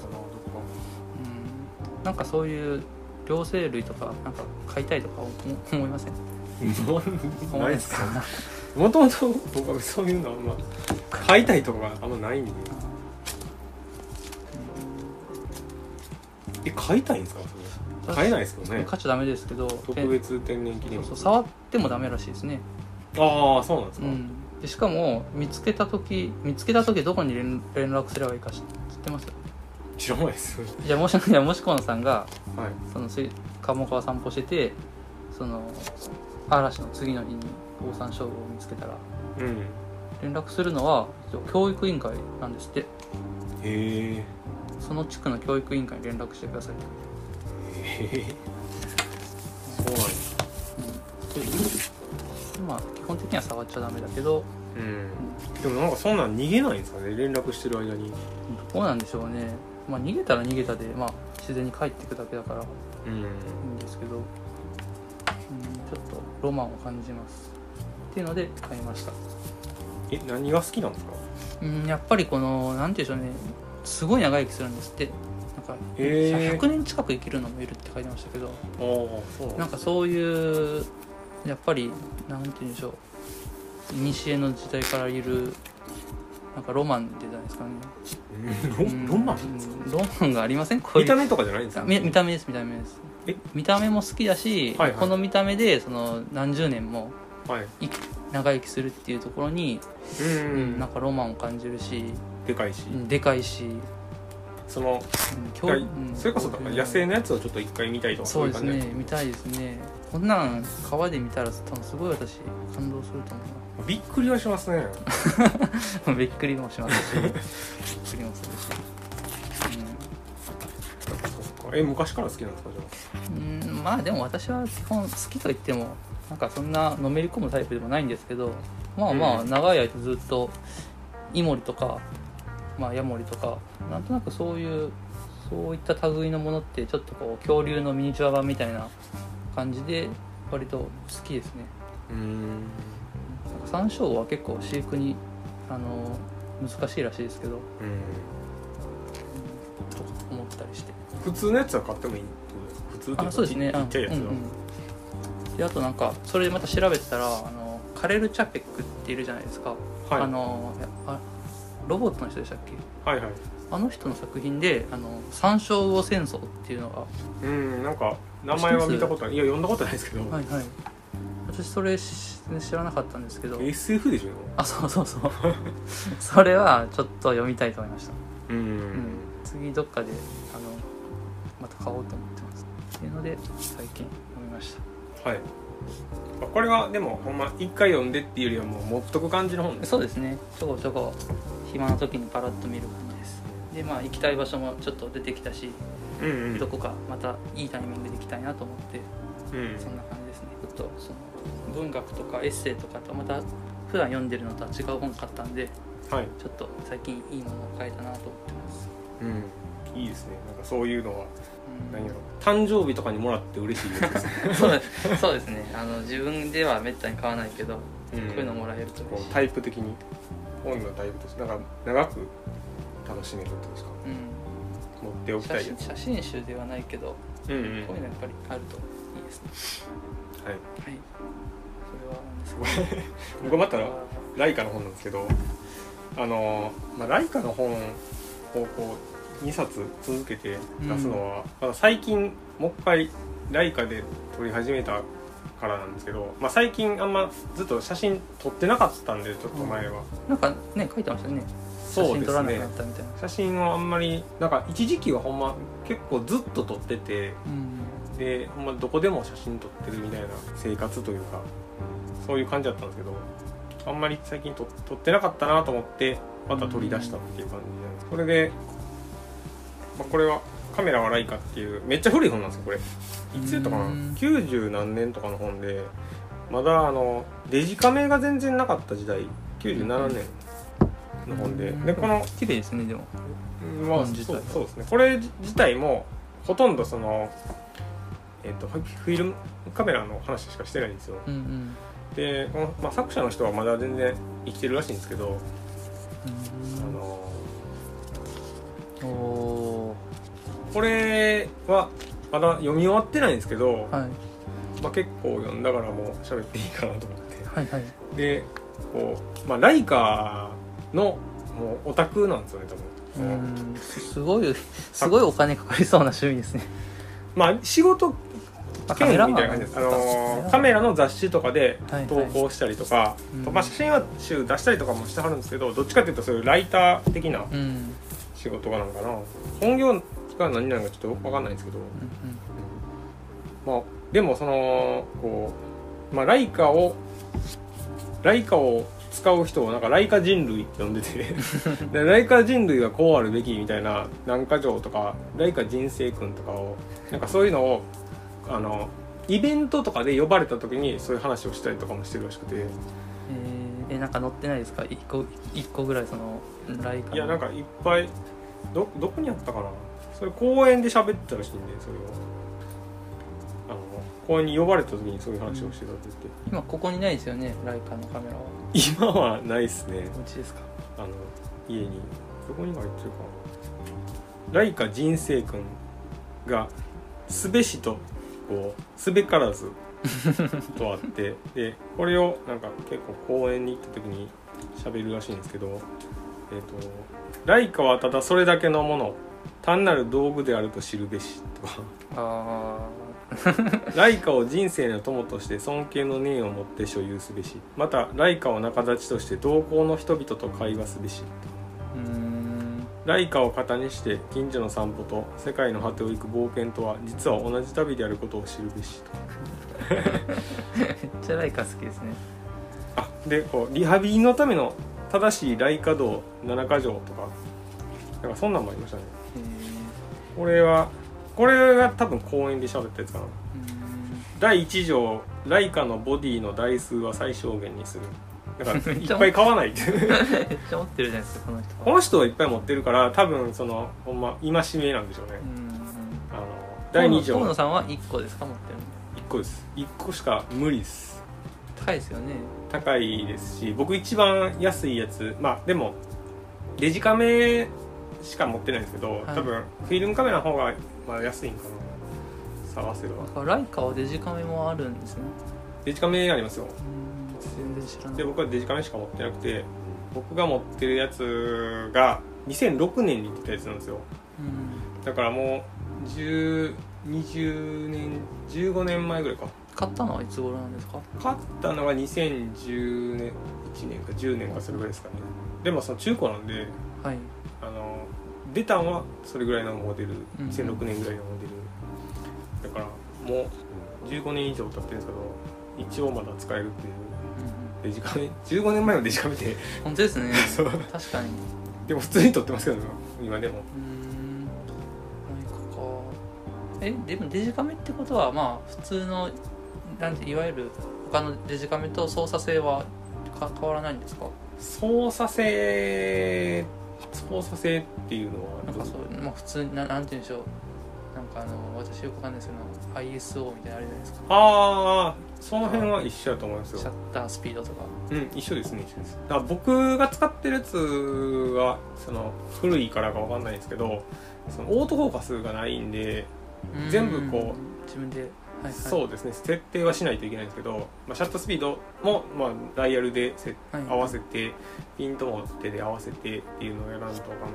なんかそういう両生類とかなんか飼いたいとか思いません？ ないですか。もともと僕はそういうのあんま飼いたいとかあんまないんで。 買いたいんですか？それ買えないですよね。 買っちゃダメですけど、 特別天然記念物。 そう触ってもダメらしいですね。 ああ、そうなんですか。 でしかも見つけた時どこに連絡すればいいか知ってます？ 知らないです。 じゃあもし河野さんが、はい、その鴨川散歩してて、その嵐の次の日にオオサンショウウオを見つけたら、連絡するのは教育委員会なんですって。へえ。その地区の教育委員会に連絡してください。へえ。 そうなんですか。 まあ基本的には触っちゃダメだけど、 でもなんかそんなん逃げないんですかね、連絡してる間に。 どうなんでしょうね。まあ逃げたら逃げたで、まあ自然に帰っていくだけだからいいんですけど、ちょっとロマンを感じますっていうので買いました。 何が好きなんですか？ やっぱりこのなんていうんでしょうね、すごい長生きするんですって。なんか100年近く生きるのもいるって書いてましたけど、なんかそういうやっぱりなんていうんでしょう、古の時代からいるなんかロマンってじゃないですかね。 ロマン？ ロマンがありません？ 見た目とかじゃないんですか？ 見た目です。見た目も好きだし、この見た目でその何十年も長生きするっていうところになんかロマンを感じるし、でかいしその、それこそ野生のやつをちょっと一回見たいとか。 そうですね、見たいですね。こんなん川で見たら多分すごい私感動すると思う。 びっくりはしますね。 びっくりもしますしびっくりもするし、 昔から好きなんですか？じゃあまあでも私は基本好きといってもなんかそんなのめり込むタイプでもないんですけど、まあ長い間ずっとイモリとか、ヤモリとかなんとなくそういった類のものってちょっとこう恐竜のミニチュア版みたいな感じで割と好きですね。サンショウウオは結構飼育に難しいらしいですけど、と思ったりして。 普通のやつは買ってもいいってことですか？普通っていうかそうですね、 ちっちゃいやつは。 であとなんかそれでまた調べてたらカレル・チャペックっているじゃないですか、ロボットの人でしたっけ？あの人の作品でサンショウウオ戦争っていうのがなんか名前は見たことない。いや読んだことないですけど、 私それ知らなかったんですけど。 SF でしょ？ そうそれはちょっと読みたいと思いました。次どっかでまた買おうと思ってますっていうので最近読みました。 これはでもほんま一回読んでっていうよりはもう持っとく感じの本です。 そうですね、ちょこちょこ暇な時にパラッと見る感じです。で行きたい場所もちょっと出てきたし、どこかまたいいタイミングで行きたいなと思って、そんな感じですね。ちょっとその文学とかエッセイとかとまた普段読んでるのとは違う本買ったんで、ちょっと最近いいものを買えたなと思ってます。 いいですね。なんかそういうのは何やろ、誕生日とかにもらって嬉しいですね。 そうですね。自分ではめったに買わないけど、こういうのもらえるとこうタイプ的に本のタイプとしてなんか長く楽しめるってことですか？持っておきたいやつ。 写真集ではないけど、こういうのやっぱりあるといいですね。それは何ですか？ 僕またライカの本なんですけど、ライカの本をこう2冊続けて出すのは、まだ最近もう一回ライカで撮り始めたからなんですけど、最近あんまずっと写真撮ってなかったんで、ちょっと前はなんかね書いてましたね。 そうですね、 写真撮らなくなったみたいな。 写真はあんまりなんか一時期はほんま結構ずっと撮ってて、でほんまどこでも写真撮ってるみたいな生活というかそういう感じだったんですけど、あんまり最近撮ってなかったなと思ってまた撮り出したっていう感じなんです。それで、これはカメラはライカっていうめっちゃ古い本なんですよ。これいつやったかな、90何年とかの本で、まだデジカメが全然なかった時代、97年の本で、この綺麗ですね。でもそうですね。これ自体もほとんどそのフィルムカメラの話しかしてないんですよ。でこの、作者の人はまだ全然生きてるらしいんですけど、これはまだ読み終わってないんですけど、結構読んだからもう喋っていいかなと思って、でこう、ライカのもうオタクなんですよね多分。 すごいお金かかりそうな趣味ですね。 まあ仕事兼みたいな感じです。カメラの雑誌とかで投稿したりとか、はいはい、まあ、写真集出したりとかもしてはるんですけど、どっちかっていうとそういうライター的な仕事がなんかな、本業が何なのかちょっと分かんないんですけど、まあでもそのこう、まあ、ライカを使う人をなんかライカ人類って呼んでてでライカ人類はこうあるべきみたいな何か条とかライカ人生君とかをなんかそういうのをイベントとかで呼ばれた時にそういう話をしたりとかもしてるらしくて、 なんか載ってないですか？一個ぐらいそのライカの。 いやなんかいっぱいどこにあったかな、それ公園で喋ってたらしいんで、それを公園に呼ばれた時にそういう話をしてたって言って、 今ここにないですよね、ライカのカメラは。 今はないっすね。 お家ですか？ 家にどこに入ってるかな。ライカ人生君がすべしとこうすべからずとあってでこれをなんか結構公園に行った時に喋るらしいんですけど、ライカはただそれだけのもの、単なる道具であると知るべしとかライカを人生の友として尊敬の念を持って所有すべし、またライカを仲立ちとして同行の人々と会話すべし、ライカを肩にして近所の散歩と世界の果てを行く冒険とは実は同じ旅であることを知るべしとめっちゃライカ好きですね。 でこうリハビリのための正しいライカ道7か条とかなんかそんなんもありましたね。これが多分公園で喋ったやつかな。第1条、ライカのボディの台数は最小限にする。だからいっぱい買わないってめっちゃ持ってるじゃないですか、この人。 この人はいっぱい持ってるから多分そのほんま戒めなんでしょうね。第2条、 河野さんは1個ですか？持ってるの1個です。1個しか無理です。 高いですよね。 高いですし、僕一番安いやつ、まあでもデジカメしか持ってないんですけど、多分フィルムカメラの方がまあ安いんかな、探せば。 ライカはデジカメもあるんですね。 デジカメありますよ。 全然知らない。 で僕はデジカメしか持ってなくて、僕が持ってるやつが2006年に出たやつなんですよ。だからもう20年15年前ぐらいか。 買ったのはいつ頃なんですか？ 買ったのが2010年1年か10年かそれぐらいですかね。でもその中古なんで、 はい、 出たのはそれぐらいのモデル、2006年ぐらいのモデルだからもう15年以上経ってるんですけど一応まだ使えるっていうデジカメ、15年前のデジカメって本当ですねそう確かに。 でも普通に撮ってますけど、ね、今でもでもデジカメってことはまあ普通のなんていわゆる他のデジカメと操作性は変わらないんですか？ 操作性っていうのはなんかそう、まあ、普通になんて言うんでしょう、なんか私よくわかんないですけど ISO みたいなのあるじゃないですか。 ああ、その辺は一緒だと思いますよ。 シャッタースピードとか一緒ですね。一緒です。だから僕が使ってるやつはその古いからかわかんないんですけど、そのオートフォーカスがないんで全部こう自分で、はいはい、 そうですね、設定はしないといけないんですけど、まあ、シャッタースピードも、まあ、ダイヤルで合わせて、はいはい、ピントも手で合わせてっていうのをやらんとあかんとか、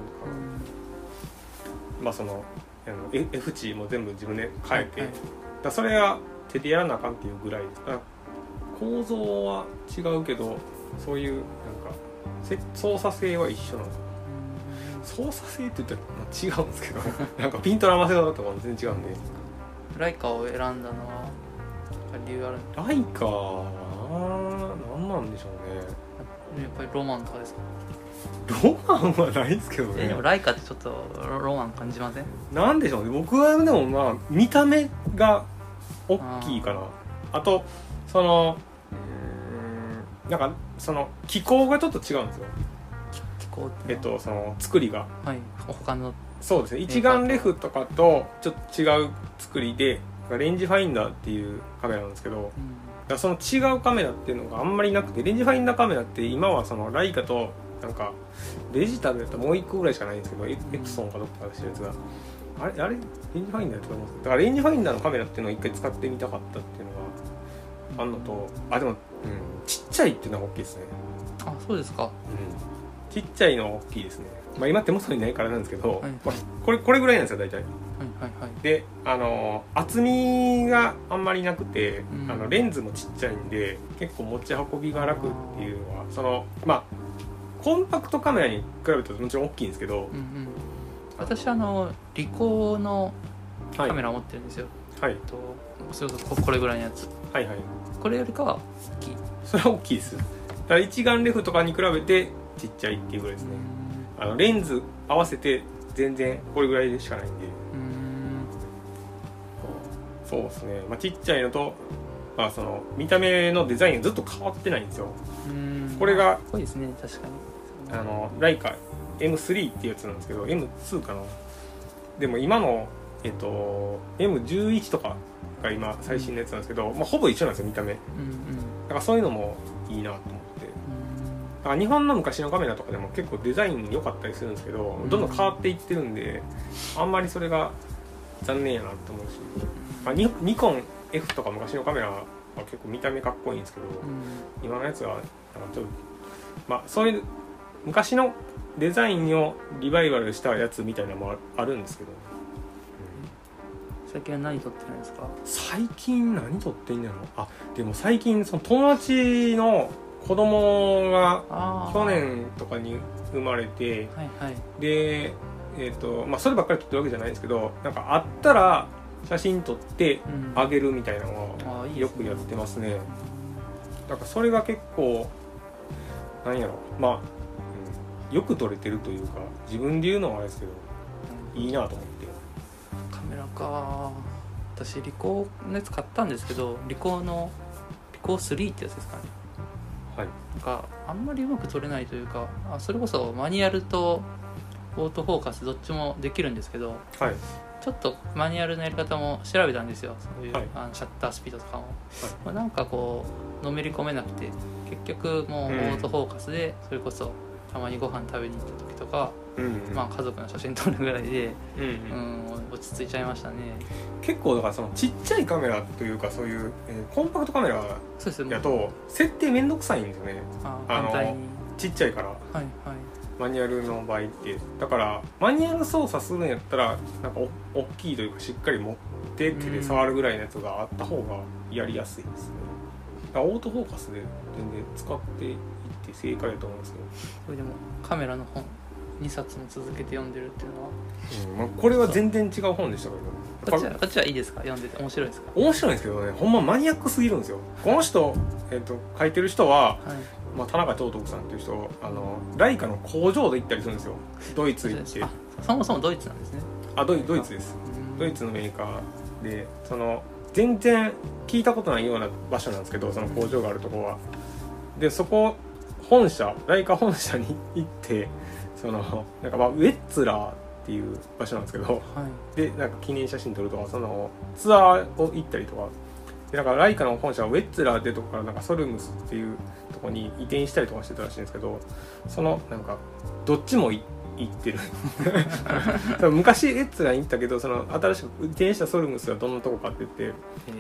まあそのF 値も全部自分で変えて、はいはい、だそれは手でやらなあかんっていうぐらいです。だ構造は違うけどそういうなんか操作性は一緒なんですよ。操作性って言ったら違うんですけどなんかピントの合わせ方とかも全然違うんで。 ライカを選んだのは理由あるんですか？ ライカは何なんでしょうね。 やっぱりロマンとかですか？ ロマンはないですけどね。 でもライカってちょっとロマン感じません？ なんでしょうね。僕はでもまあ見た目が大きいかな。あとそのなんかその機構がちょっと違うんですよ。 機構ってその作りが、 はい、他のそうですね、一眼レフとかとちょっと違う作りでレンジファインダーっていうカメラなんですけど、だからその違うカメラっていうのがあんまりなくて、レンジファインダーカメラって今はそのライカとなんかデジタルだったらもう1個ぐらいしかないんですけど、エプソンかどっかがしてるやつがあれレンジファインダーやったと思うんですけど、だからレンジファインダーのカメラっていうのを一回使ってみたかったっていうのがあるのと、でも、ちっちゃいっていうのが大きいですね。 あ、そうですか。 ちっちゃいの大きいですね。まあ今手元にないからなんですけど、 はい、 これぐらいなんですよ大体。 はいはいはい、 で厚みがあんまりなくて、 うん、 レンズもちっちゃいんで結構持ち運びが楽っていうのはそのまあコンパクトカメラに比べるともちろん大きいんですけど、 うんうん、私リコーのカメラを持ってるんですよ。 はい、 それこそこれぐらいのやつ。 はいはい。 これよりかは大きい。 それは大きいです。だから一眼レフとかに比べてちっちゃいっていうぐらいですね。レンズ合わせて全然これぐらいでしかないんで。そうですね。まあ、ちっちゃいのと、まあ、その見た目のデザインずっと変わってないんですよ。これが濃いですね、確かに。 ライカ M3 っていうやつなんですけど M2 かな。でも今のM11 とかが今最新のやつなんですけど、まあ、ほぼ一緒なんですよ見た目。だからそういうのもいいなと思って。だから日本の昔のカメラとかでも結構デザイン良かったりするんですけど、どんどん変わっていってるんで、あんまりそれが残念やなと思うし、まあ、ニコン F とか昔のカメラは結構見た目かっこいいんですけど、今のやつはなんかちょっとまあそういう昔のデザインをリバイバルしたやつみたいなのもあるんですけど、 最近は何撮ってるんですか？ 最近何撮ってんやろ。あ、でも最近その友達の子供が去年とかに生まれて、 はいはい、 でまあそればっかり撮ってるわけじゃないんですけど、なんかあったら写真撮ってあげるみたいなのはよくやってますね。だからそれが結構何やろ、まあ、よく撮れてるというか自分で言うのはあれですけど、いいなと思って。 カメラか。私リコーのやつ買ったんですけど、リコー3ってやつですかね。 はい、 なんかあんまりうまく撮れないというか、それこそマニュアルとオートフォーカスどっちもできるんですけど、 はい、 ちょっとマニュアルのやり方も調べたんですよ。そういう、 はい、 シャッタースピードとかも、 はい、 まあ、なんかこうのめり込めなくて、結局もうオートフォーカスでそれこそたまにご飯食べに行った時とか、まあ、家族の写真撮るぐらいで、落ち着いちゃいましたね。 結構だからそのちっちゃいカメラというかそういう、コンパクトカメラやと設定めんどくさいんですよね。ちっちゃいから、 はいはい、 マニュアルの場合って。だからマニュアル操作するんやったらなんか大きいというかしっかり持って手で触るぐらいのやつがあった方がやりやすいですね。だからオートフォーカスで全然使っていって正解だと思うんですけど、 これでもカメラの本2冊も続けて読んでるっていうのは、 まあ、これは全然違う本でしたけど、こっちはいいですか？読んでて面白いですか？ 面白いんですけどね、ほんまマニアックすぎるんですよ。この人、書いてる人は、はい、まあ、田中長徳さんっていう人、ライカの工場で行ったりするんですよ。ドイツ行って。 そもそもドイツなんですね。 ドイツです。ドイツのメーカーで、その全然聞いたことないような場所なんですけど、その工場があるところは。でそこライカ本社に行って、なんかまあウェッツラーっていう場所なんですけど、はい、でなんか記念写真撮るとか、そのツアーを行ったりとかで、なんかライカの本社はウェッツラーっていうとこからなんかソルムスっていうとこに移転したりとかしてたらしいんですけど、そのなんかどっちも行ってる昔ウェッツラーに行ったけど、その新しく移転したソルムスはどんなとこかって言って、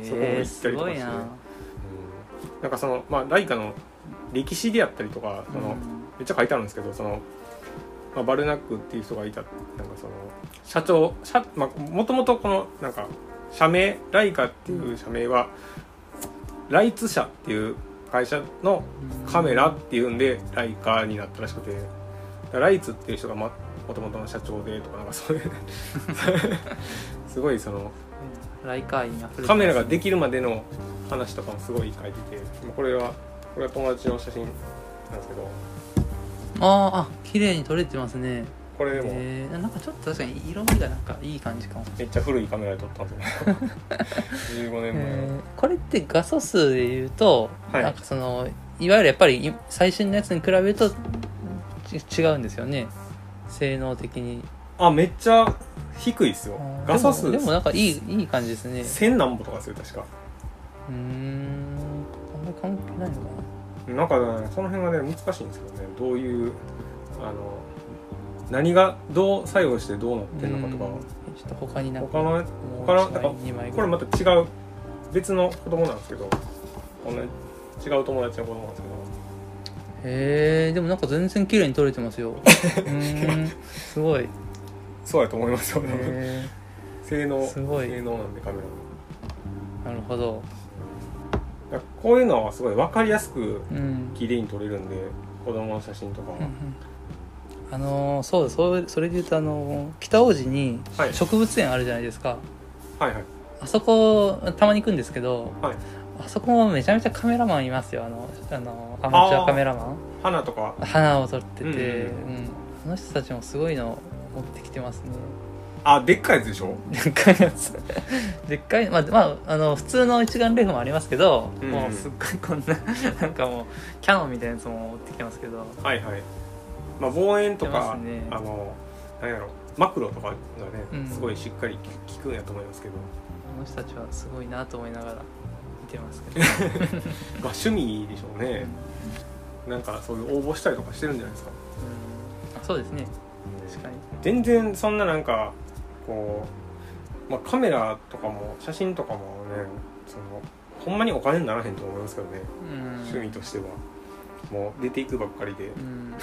そこも行ったりとかして、なんかその、まあ、ライカの歴史であったりとか、めっちゃ書いてあるんですけど、まあ、バルナックっていう人がいた、なんかその社長、もともとこのなんか社名ライカっていう社名はライツ社っていう会社のカメラっていうんでライカになったらしくて、ライツっていう人がもともとの社長でとか、なんかそういうすごいそのライカーにあふれてますね。 カメラができるまでの話とかもすごい書いてて、これは友達の写真なんですけど、 綺麗に撮れてますね。 これでも、 なんかちょっと確かに色味がなんかいい感じかも。 めっちゃ古いカメラで撮ったんですよ15年前、 これって画素数でいうと、はい、なんかそのいわゆるやっぱり最新のやつに比べると違うんですよね、性能的に。 めっちゃ低いですよ画素数。 でもなんかいい感じですね。 1000何歩とかですよ確か。 あんまり関係ないのかな。 なんかね、その辺がね難しいんですけどね、どういう何がどう作用してどうなってるのかとか、 ちょっと他のなんかこれまた違う別の子供なんですけど、違う友達の子供なんですけど、 でもなんか全然綺麗に撮れてますよすごい。 そうやと思いますよ性能すごい性能なんでカメラの。なるほど。 こういうのはすごい分かりやすく綺麗に撮れるんで、子供の写真とかは、 それで言うと北大路に植物園あるじゃないですか。 はいはい。 あそこたまに行くんですけど、 はい、 あそこもめちゃめちゃカメラマンいますよ。アマチュアカメラマン。 花とか花を撮ってて、あの人たちもすごいの持ってきてますね。 でっかいやつでしょ。 でっかいやつでっかい、普通の一眼レフもありますけど、もうすっごいこんななんかもうキャノンみたいなやつも持ってきてますけど、 はいはい。望遠とか、 ね、 なんやろマクロとかがね、すごいしっかり効くんやと思いますけど、 あの人たちはすごいなと思いながら見てますけど趣味でしょうね、なんかそういう応募したりとかしてるんじゃないですか。 そうですね、確かに。 全然そんななんかこう、カメラとかも写真とかもね、ほんまにお金にならへんと思いますけどね、趣味としてはもう出ていくばっかりで、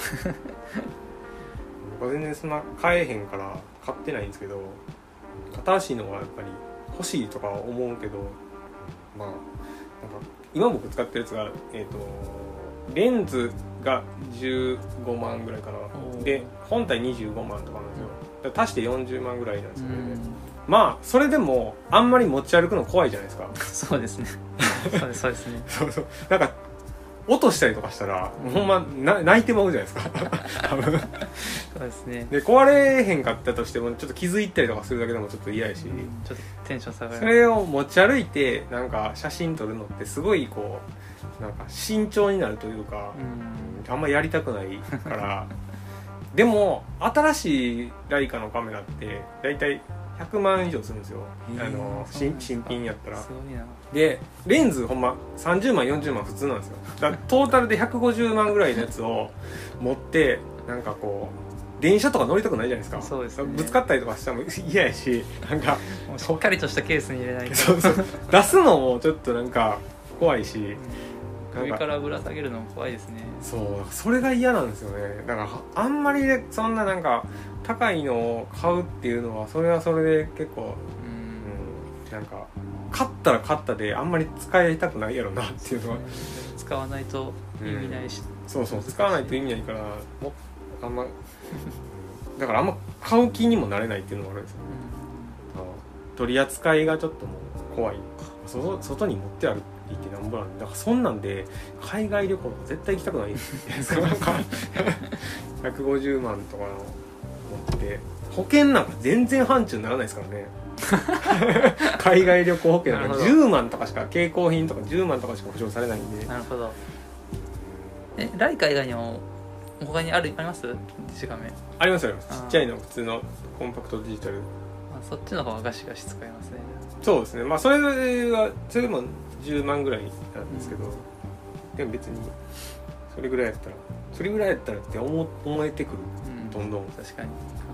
僕は全然そんな買えへんから買ってないんですけど、新しいのはやっぱり欲しいとか思うけど、なんか今僕使ってるやつがレンズが15万ぐらいかな、で本体25万とかなんですよ。だから足して40万ぐらいなんですよね。それでもあんまり持ち歩くの怖いじゃないですかそうですねそうですねそうなんか落としたりとかしたら、ほんま泣いてまうじゃないですか多分そうですね。 で壊れへんかったとしてもちょっと傷いったりとかするだけでもちょっと嫌やし、 ちょっとテンション下がる。 それを持ち歩いてなんか写真撮るのってすごいこうなんか慎重になるというか、あんまやりたくないからでも新しいライカのカメラってだいたい100万以上するんですよ、新品やったら。 すごいな。 でレンズほんま30万40万普通なんですよ。だからトータルで150万ぐらいのやつを持ってなんかこう電車とか乗りたくないじゃないですか。 そうですね、 ぶつかったりとかしたらも嫌やし、なんかもうしっかりとしたケースに入れないとそう出すのもちょっとなんか怖いし、 上からぶら下げるのも怖いですね。 それが嫌なんですよね。だからあんまりそんななんか高いのを買うっていうのはそれはそれで結構、なんか買ったら買ったであんまり使いたくないやろなっていうのは、 使わないと意味ないし、 そう使わないと意味ないからあんまだからあんま買う気にもなれないっていうのもあるんですよ、取り扱いがちょっともう怖い。外に持って歩いてなんぼなんで、だからそんなんで海外旅行とか絶対行きたくないですかなんか150万とかの持って保険なんか全然範疇にならないですからね海外旅行保険なんか10万とかしか、携行品とか10万とかしか保証されないんで。 なるほど。ライカ以外にも他にあります？デジカメありますちっちゃいの普通のコンパクトデジタル、 そっちの方がガシガシ使いますね。 そうですね。それでも10万ぐらいなんですけど、でも別にそれぐらいやったらって思えてくる、どんどん。 確かに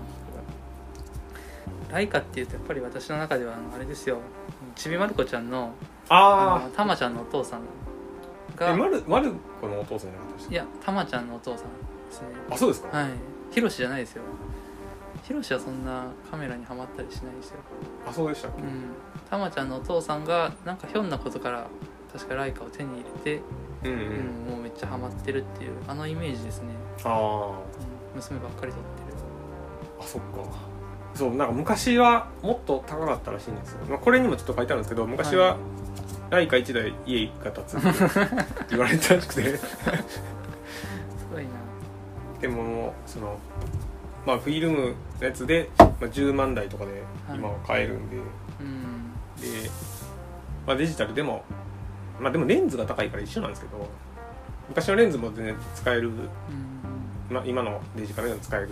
ライカっていうとやっぱり私の中ではあれですよ、ちびまる子ちゃんのたまちゃんのお父さんがまる子のお父さんじゃなかったですか？いや、たまちゃんのお父さんですね。 そうですか？ はい。ひろしじゃないですよ。ひろしはそんなカメラにはまったりしないですよ。 そうでしたっけ？ たまちゃんのお父さんがなんかひょんなことから確かライカを手に入れて、もうめっちゃハマってるっていうイメージですね。娘ばっかり撮ってる。 そっか。そうなんか昔はもっと高かったらしいんですよ。これにもちょっと書いてあるんですけど、昔はライカ1台家が建つって言われたらしくてすごいな。 でもフィルムのやつで10万台とかで今は買えるんで、で、デジタルでもでもレンズが高いから一緒なんですけど、昔のレンズも全然使える、今のデジカメでも使える。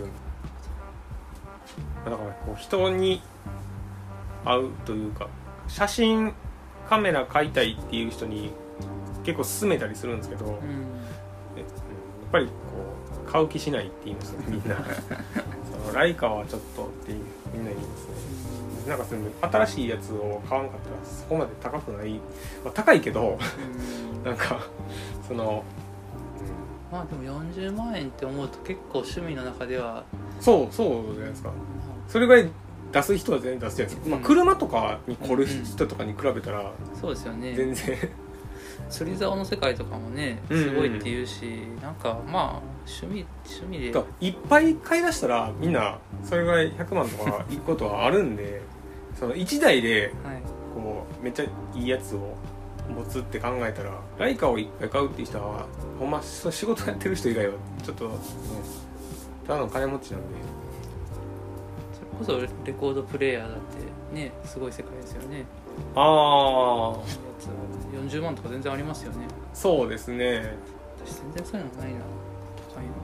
だからこう人に会うというか、写真カメラ買いたいっていう人に結構勧めたりするんですけど、やっぱりこう買う気しないって言いますね、みんなライカはちょっとってみんな言いますね。なんか新しいやつを買わんかったらそこまで高くない、高いけどなんかまあでも40万円って思うと結構趣味の中ではそうじゃないですか。それぐらい出す人は全然出すじゃないですか、まあ、車とかに凝る人とかに比べたら、 そうですよね。 全然釣り竿の世界とかもねすごいって言うし、なんかまあ趣味でいっぱい買い出したらみんなそれぐらい100万とかいくことはあるんでその1台でこうめっちゃいいやつを持つって考えたらライカをいっぱい買うっていう人はほんま仕事やってる人以外はちょっと、ね、ただの金持ちなんで。 それこそレコードプレイヤーだってねすごい世界ですよね。 ああ 40万とか全然ありますよね。 そうですね。 私全然そういうのないな。高いの。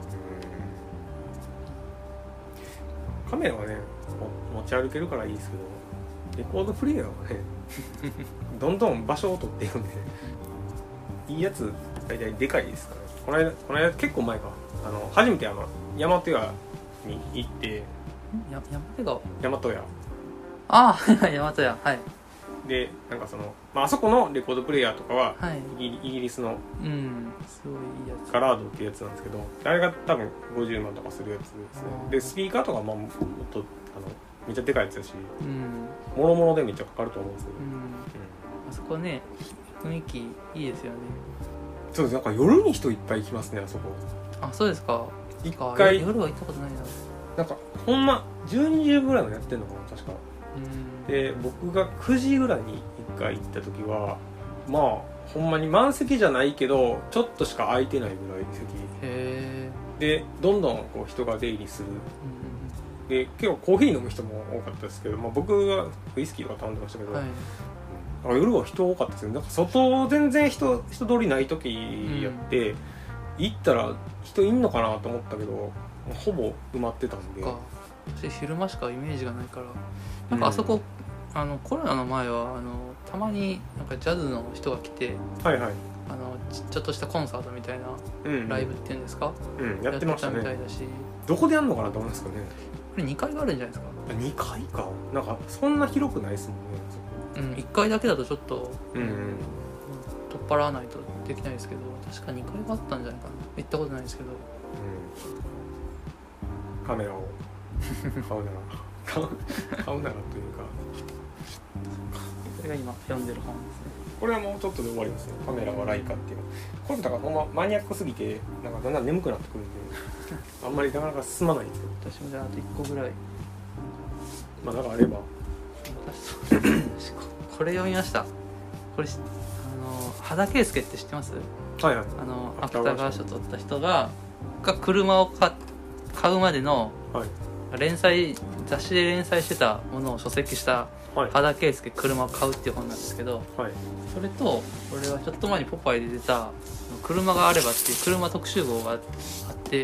カメラはね持ち歩けるからいいですけどレコードプレイヤーはねどんどん場所を取っていくんでいいやつ大体でかいですからね。この間結構前か初めて大和屋に行って大和屋ああ大和屋はいでなんかあそこのレコードプレイヤーとかは、 はい、 イギリスのすごいいいやつガラードっていうやつなんですけどあれが多分50万とかするやつですね。でスピーカーとかもっとめっちゃでかいやつだし、もろもろでめっちゃかかると思うんですけど、 あそこね雰囲気いいですよね。 そうです。なんか夜に人いっぱい来ますねあそこ。 あそうですか。 一回夜は行ったことないな。 なんかほんま12時ぐらいまでやってんのかな確か。で僕が9時ぐらいに1回行った時はまあほんまに満席じゃないけどちょっとしか空いてないぐらい席でどんどんこう人が出入りする、で結構コーヒー飲む人も多かったですけど、まあ、僕はウイスキーとか頼んでましたけど、夜は人多かったですね。なんか外全然人通りない時やって、行ったら人いんのかなと思ったけどほぼ埋まってたんで。 私昼間しかイメージがないからなんかあそこ、コロナの前はたまになんかジャズの人が来て、ちょっとしたコンサートみたいなライブっていうんですか、 やってましたね。 みたいだしどこでやるのかなと思いますかね。 これ2階があるんじゃないですか。 2階かなんかそんな広くないですもんね。 1階だけだとちょっと、取っ払わないとできないですけど確か2階があったんじゃないかな。行ったことないですけど、 カメラを買うならというかこれが今読んでる本ですね。 これはもうちょっとで終わりますね。カメラはライカっていうのこれだからほんまマニアックすぎてなんかだんだん眠くなってくるんであんまりなかなか進まないんですけど私もじゃああと1個ぐらいまあなんかあればこれ読みました。これ羽田圭介って知ってます？ はいはい。 芥川賞取った人が車を買うまでの雑誌で連載してたものを書籍した羽田圭介車を買うっていう本なんですけど、それと俺はちょっと前にポパイで出た車があればっていう車特集号があって、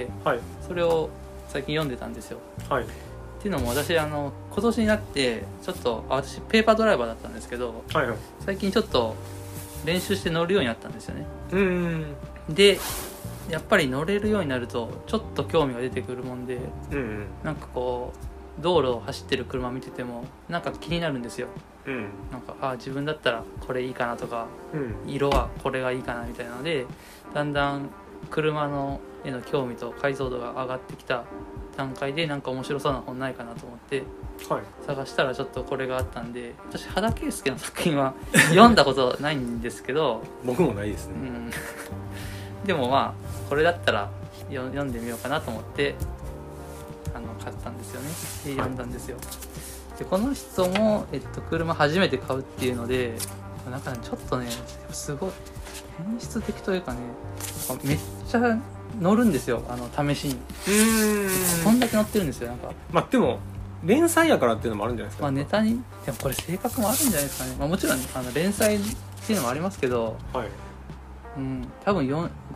それを最近読んでたんですよ。っていうのも私今年になってちょっと私ペーパードライバーだったんですけど、最近ちょっと練習して乗るようになったんですよね。でやっぱり乗れるようになるとちょっと興味が出てくるもんで、なんかこう道路を走ってる車見ててもなんか気になるんですよ。なんか自分だったらこれいいかなとか、色はこれがいいかなみたいなのでだんだん車のへの興味と解像度が上がってきた段階でなんか面白そうな本ないかなと思って探したらちょっとこれがあったんで、私羽田圭介の作品は読んだことないんですけど僕もないですね。 でもまあこれだったら読んでみようかなと思って買ったんですよね。で読んだんですよ。でこの人も、車初めて買うっていうのでなんか、ちょっとねすごい変質的というかねめっちゃ乗るんですよ試しに。こんだけ乗ってるんですよなんか。 まあでも連載やからっていうのもあるんじゃないですか。 ネタにでもこれ性格もあるんじゃないですかね。もちろん連載っていうのもありますけど、多分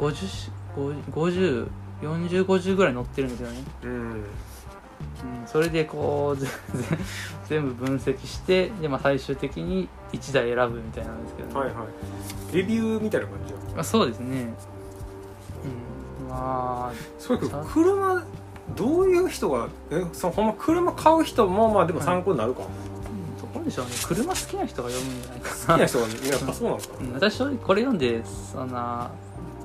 4050ぐらい乗ってるんですよね。それでこう全部分析してで、最終的に1台選ぶみたいなんですけど、 レビューみたいな感じだ。 そうですね。 そういう車どういう人がほんま車買う人もまあでも参考になるか。 どうでしょうね。車好きな人が読むんじゃないかな。 好きな人がやっぱそうなんですか。 私これ読んでそんな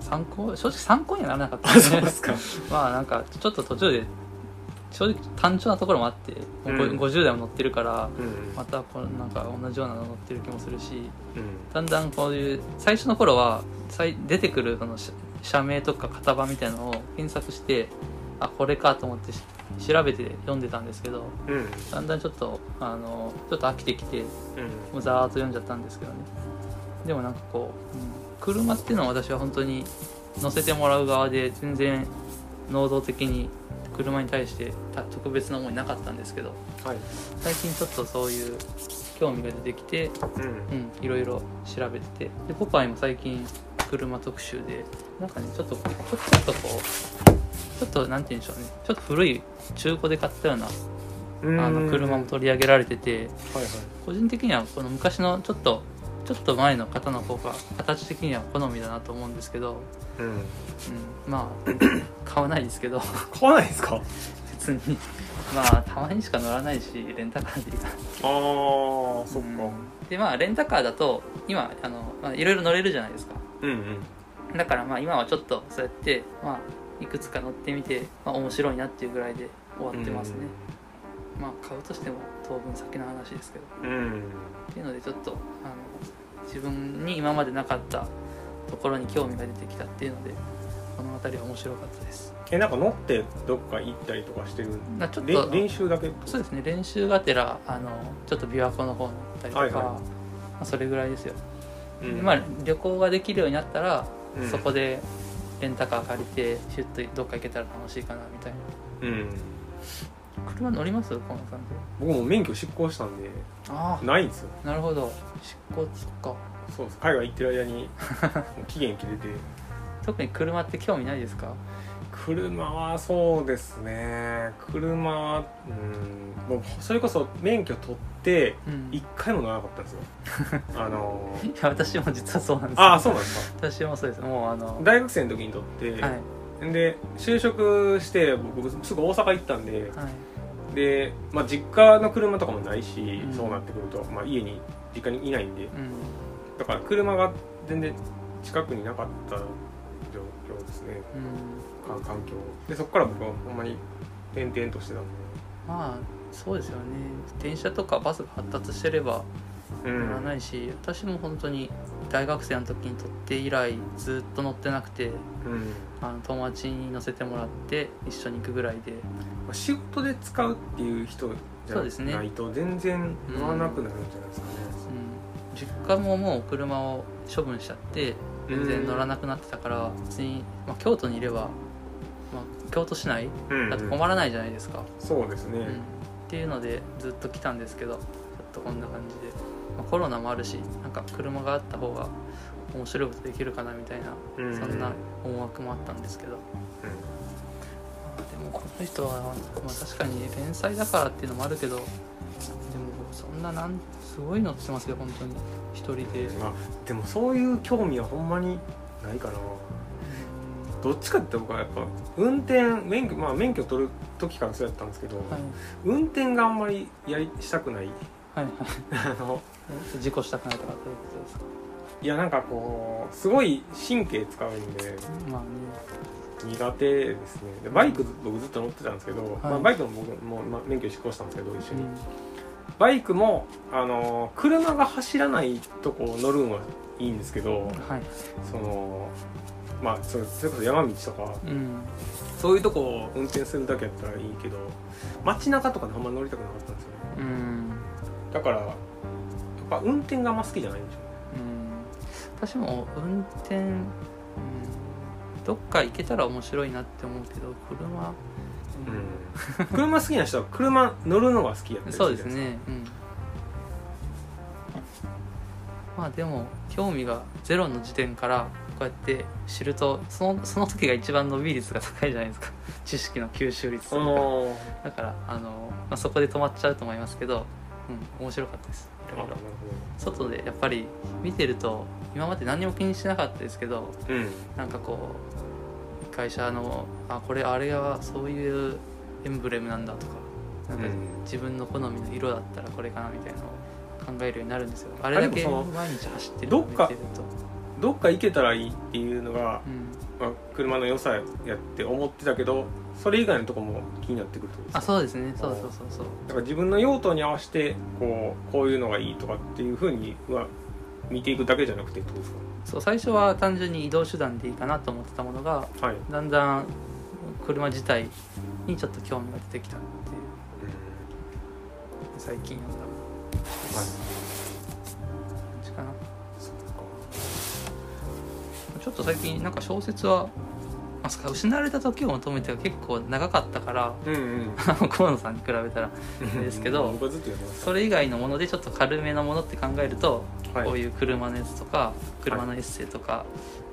正直参考にはならなかったですね。 そうですか。 まあなんかちょっと途中で正直単調なところもあって、もう50台も乗ってるから、またこうなんか同じようなの乗ってる気もするし、だんだんこういう最初の頃は出てくるその社名とか型番みたいなのを検索して、あこれかと思って調べて読んでたんですけど、だんだんちょっと飽きてきて、もうざーっと読んじゃったんですけどね。でもなんかこう、車っていうのは私は本当に乗せてもらう側で全然能動的に車に対して特別な思いなかったんですけど、最近ちょっとそういう興味が出てきて、いろいろ調べてて、でポパイも最近車特集でなんかねちょっとこうちょっとなんて言うんでしょうね、ちょっと古い中古で買ったような車も取り上げられてて、個人的にはこの昔のちょっと前の方の方が形的には好みだなと思うんですけど、まあ買わないですけど買わないですか？ 別にまあたまにしか乗らないしレンタカーでいいかな。 そっか。 でまあレンタカーだと今いろいろ乗れるじゃないですか。だからまあ今はちょっとそうやってまあいくつか乗ってみて、面白いなっていうぐらいで終わってますね。まあ買うとしても当分先の話ですけど、っていうのでちょっと自分に今までなかったところに興味が出てきたっていうので、この辺りは面白かったです。 なんか乗ってどっか行ったりとかしてる？ ちょっと練習だけ？ そうですね、練習がてらちょっと琵琶湖の方に行ったりとか、それぐらいですよ。まあ旅行ができるようになったら、そこでレンタカー借りてシュッとどっか行けたら楽しいかなみたいな。車乗ります？このさんで。 僕も免許失効したんでないんですよ。 なるほど、失効。そっか。 そうです。海外行ってる間に期限切れて特に車って興味ないですか？ 車はそうですね。車はもうそれこそ免許取って1回も乗らなかったんですよ。 いや私も実はそうなんですよ。 そうなんですか？ 私もそうです。もう大学生の時に取って、で就職して僕すぐ大阪行ったんで、で、実家の車とかもないし、そうなってくると、家に実家にいないんで、だから車が全然近くになかった状況ですね。環境で、そこから僕はほんまに転々としてたんで、 そうですよね。電車とかバスが発達してれば乗らないし、私も本当に大学生の時に取って以来ずっと乗ってなくて、友達に乗せてもらって一緒に行くぐらいで、 仕事で使うっていう人じゃないと全然乗らなくなるんじゃないですかね。 実家ももう車を処分しちゃって全然乗らなくなってたから、別に、京都にいれば、京都市内だと困らないじゃないですか。 そうですね、 っていうのでずっと来たんですけど、ちょっとこんな感じで、コロナもあるし、なんか車があった方が面白いことできるかなみたいな、そんな思惑もあったんですけど、でもこの人は、確かに連載だからっていうのもあるけど、でもそんなすごいのってますよ本当に一人で。 でもそういう興味はほんまにないかな。どっちかって僕はやっぱ免許取る時からそうやったんですけど、運転があんまりしたくない。 事故したくないとかっていうことですか？ いや、なんかこうすごい神経使うんで、苦手ですね。でバイク僕ずっと乗ってたんですけど、バイクも僕も免許失効したんですけど、一緒に、バイクも車が走らないとこ乗るのはいいんですけど、それこそ山道とか、そういうとこを運転するだけやったらいいけど、街中とかであんま乗りたくなかったんですよね。だからやっぱ運転があんま好きじゃないんでしょうね。 私も運転、どっか行けたら面白いなって思うけど、 車好きな人は車乗るのが好きやったりする。 そうですね。でも興味がゼロの時点からこうやって知ると、その時が一番伸び率が高いじゃないですか。知識の吸収率とか。だからそこで止まっちゃうと思いますけど、面白かったです。外でやっぱり見てると、今まで何も気にしてなかったですけど、なんかこう会社のあれはそういうエンブレムなんだとか、なんか自分の好みの色だったらこれかなみたいなのを考えるようになるんですよ。あれだけ毎日走ってるのを見てると。 どっか行けたらいいっていうのが、まあ、車の良さやって思ってたけど、それ以外のところも気になってくるってことですか？ そうですね。そうだから自分の用途に合わせてこういうのがいいとかっていうふうには見ていくだけじゃなくてってことですか？ そう、最初は単純に移動手段でいいかなと思ってたものが、はい、だんだん車自体にちょっと興味が出てきたっていう、最近読んだ感じかな。ちょっと最近なんか小説は失われた時を求めては結構長かったから、河野さんに比べたらですけどそれ以外のものでちょっと軽めなものって考えると、はい、こういう車のやつとか車のエッセイとか、はい、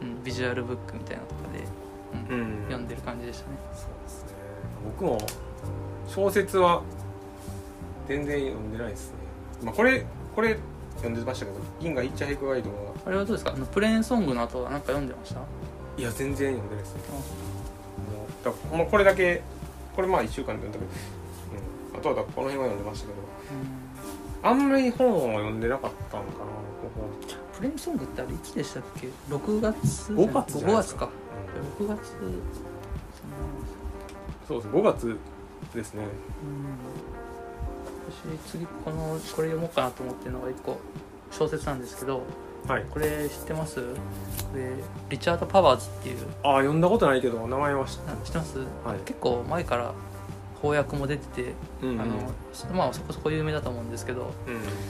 ビジュアルブックみたいなとかで、読んでる感じでしたね。 そうですね。僕も小説は全然読んでないですね。まあ、これ読んでましたけど、銀河ヒッチハイクガイドはあれはどうですか？プレーンソングの後は何か読んでました？ いや全然読んでないですね。もうこれだけ、これまあ1週間で読んだけど、あとはこの辺は読んでましたけど、あんまり本を読んでなかったのかな。 プレーンソングってあれいつでしたっけ？6月 5月じゃないですか。 6月そうです、5月ですね。 私次これ読もうかなと思ってるのが1個小説なんですけど、はい、これ知ってます？リチャード・パワーズっていう。 読んだことないけど名前は知ってます、はい、結構前から翻訳も出てて、まあそこそこ有名だと思うんですけど、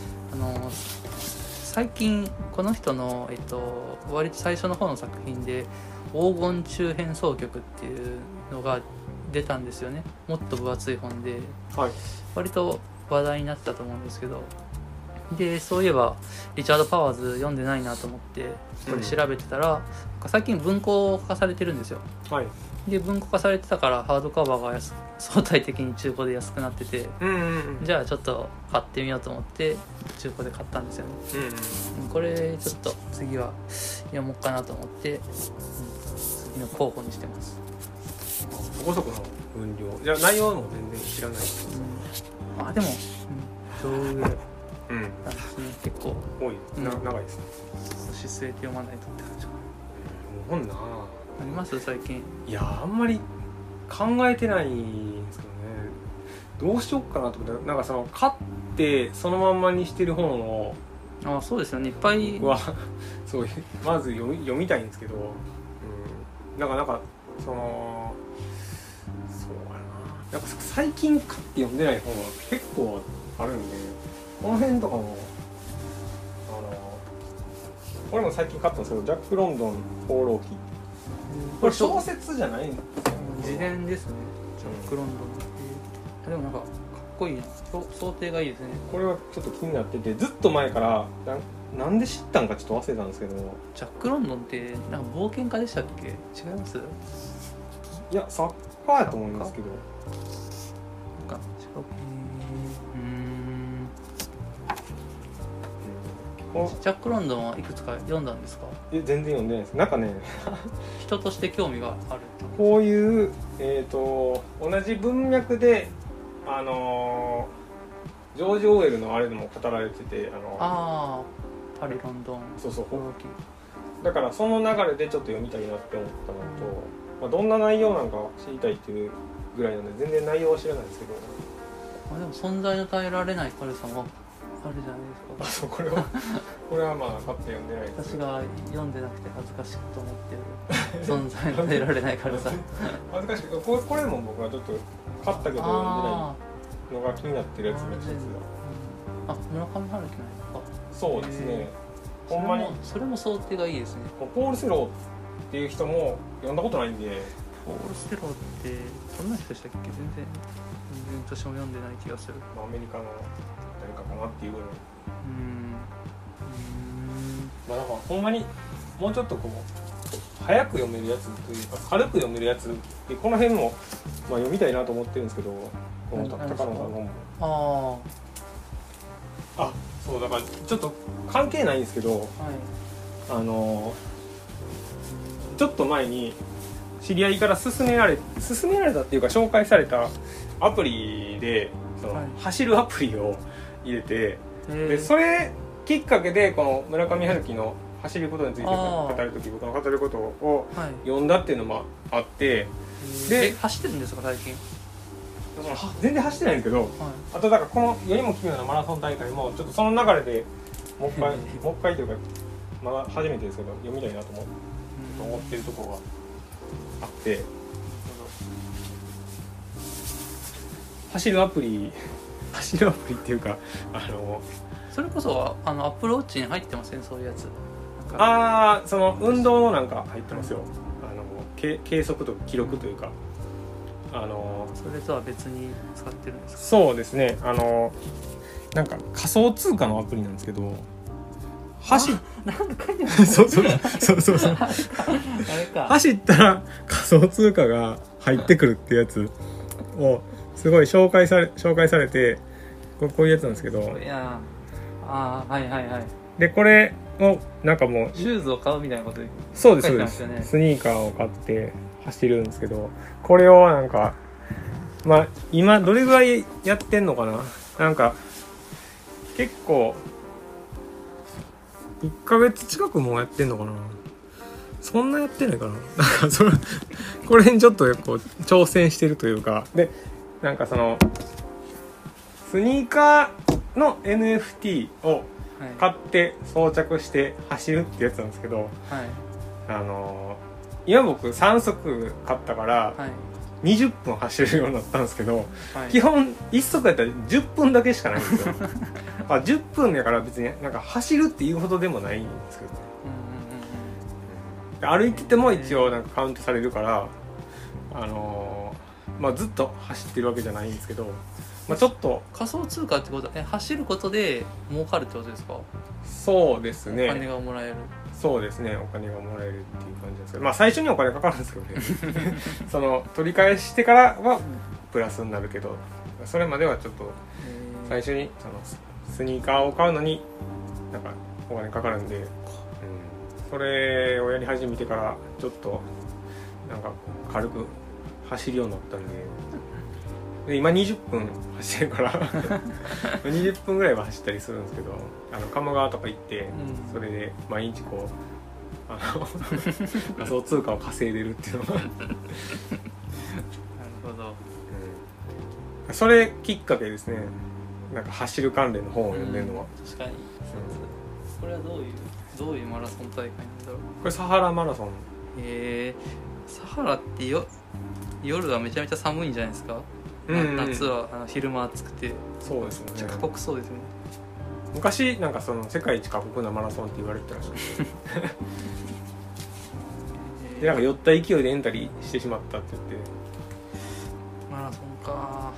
最近この人の、割と最初の方の作品で黄金中変奏曲っていうのが出たんですよね。もっと分厚い本で、はい、割と話題になってたと思うんですけど、でそういえばリチャード・パワーズ読んでないなと思ってこれ調べてたら、最近文庫化されてるんですよ、はい、で文庫化されてたからハードカバーが相対的に中古で安くなってて、じゃあちょっと買ってみようと思って中古で買ったんですよね、これちょっと次は読もうかなと思って、次の候補にしてます。 そこそこの分量、じゃあ内容も全然知らないです、 でも、上ぐらいなんですね。結構多い、長いですね。 腰据えて読まないとって感じかな。 本なあります最近？ いやあんまり考えてないんですけどね。どうしようかなと思って、なんかその買ってそのまんまにしてる本をそうですよね、いっぱいはそうまず読みたいんですけど、なんかそうやな、なんか最近買って読んでない本は結構あるんで、この辺とかもこれも最近買ったんですけど、ジャック・ロンドン放浪記、これ小説じゃないんですよ、 自伝ですね。ジャック・ロンドンってでもなんかかっこいい、想定がいいですね。 これはちょっと気になってて、ずっと前からなんで知ったんかちょっと忘れたんですけど、 ジャック・ロンドンってなんか冒険家でしたっけ？違います？ いやサッカーやと思うんですけど、 なんか違う。ジャック・ロンドンはいくつか読んだんですか？ 全然読んでないです。なんかね人として興味がある。 こういう、同じ文脈でジョージ・オーウェルのあれでも語られてて、 パリ・ロンドン、 そうだからその流れでちょっと読みたいなって思ったのと、どんな内容なんか知りたいっていうぐらいなので全然内容は知らないんですけど、 でも存在の耐えられない軽さもあるじゃないですか。 これはまあ買って読んでないです。 私が読んでなくて恥ずかしいと思ってる存在の耐えられない軽さ恥ずかしい。これも僕はちょっと買ったけど読んでないのが気になってるやつの一つが、村上春樹のやつか。 そうですね、ほんまにそれも想定がいいですね。 ポール・セローっていう人も読んだことないんで。 ポール・セローってどんな人でしたっけ？全然私も読んでない気がする。 アメリカの誰かかなっていうぐらい。だからほんまにもうちょっとこう早く読めるやつというか軽く読めるやつで、この辺も読みたいなと思ってるんですけど、この高野さんの本もそうだからちょっと関係ないんですけど、ちょっと前に知り合いから勧められたっていうか紹介されたアプリで走るアプリを入れて、でそれきっかけでこの村上春樹の走ることについて語る時僕の語ることを読んだっていうのもあって、 で走ってるんですか最近？ 全然走ってないんですけど、あとだからこの世にも奇妙なマラソン大会もちょっとその流れでもう一回というかまだ初めてですけど読みたいなと思ってるところがあって、走るアプリっていうかそれこそアップルウォッチに入ってませんそういうやつ？ その運動のなんか入ってますよ。計測とか記録というかそれとは別に使ってるんですか？ そうですねなんか仮想通貨のアプリなんですけどなんか書いてますそうあれか走ったら仮想通貨が入ってくるってやつをすごい紹介されてこういうやつなんですけど、 いやはいでこれをなんかもうシューズを買うみたいなことでそうです、スニーカーを買って走るんですけど、これをなんか今どれぐらいやってんのかな、なんか結構1ヶ月近くもやってんのかな、そんなやってないかな、なんかこれにちょっとこう挑戦してるというかで、なんかそのスニーカーの NFT を買って装着して走るってやつなんですけど、今僕3足買ったから20分走れるようになったんですけど、基本1足やったら10分だけしかないんですよ10分やから別になんか走るっていうほどでもないんですけど、歩いてても一応なんかカウントされるからずっと走ってるわけじゃないんですけど、ちょっと仮想通貨ってことは走ることで儲かるってことですか？ そうですね、 お金がもらえる。 そうですね、お金がもらえるっていう感じですけど、最初にお金かかるんですけどねその取り返してからはプラスになるけど、それまではちょっと最初にそのスニーカーを買うのになんかお金かかるんで、それをやり始めてからちょっとなんか軽く走るようになったんで今20分走ってるから20分ぐらいは走ったりするんですけど、鴨川とか行って、それで毎日こう仮想通貨を稼いでるっていうのがなるほど、 それきっかけですね、なんか走る関連の本を読んでるのは。 確かに、これはどういうマラソン大会なんだろう。 これサハラマラソン。 サハラって夜はめちゃめちゃ寒いんじゃないですか？夏は昼間暑くて、 そうですよね、 めっちゃ過酷そうですね。 昔なんかその世界一過酷なマラソンって言われてたらしくてでなんか酔った勢いでエントリーしてしまったって言って。 マラソンか。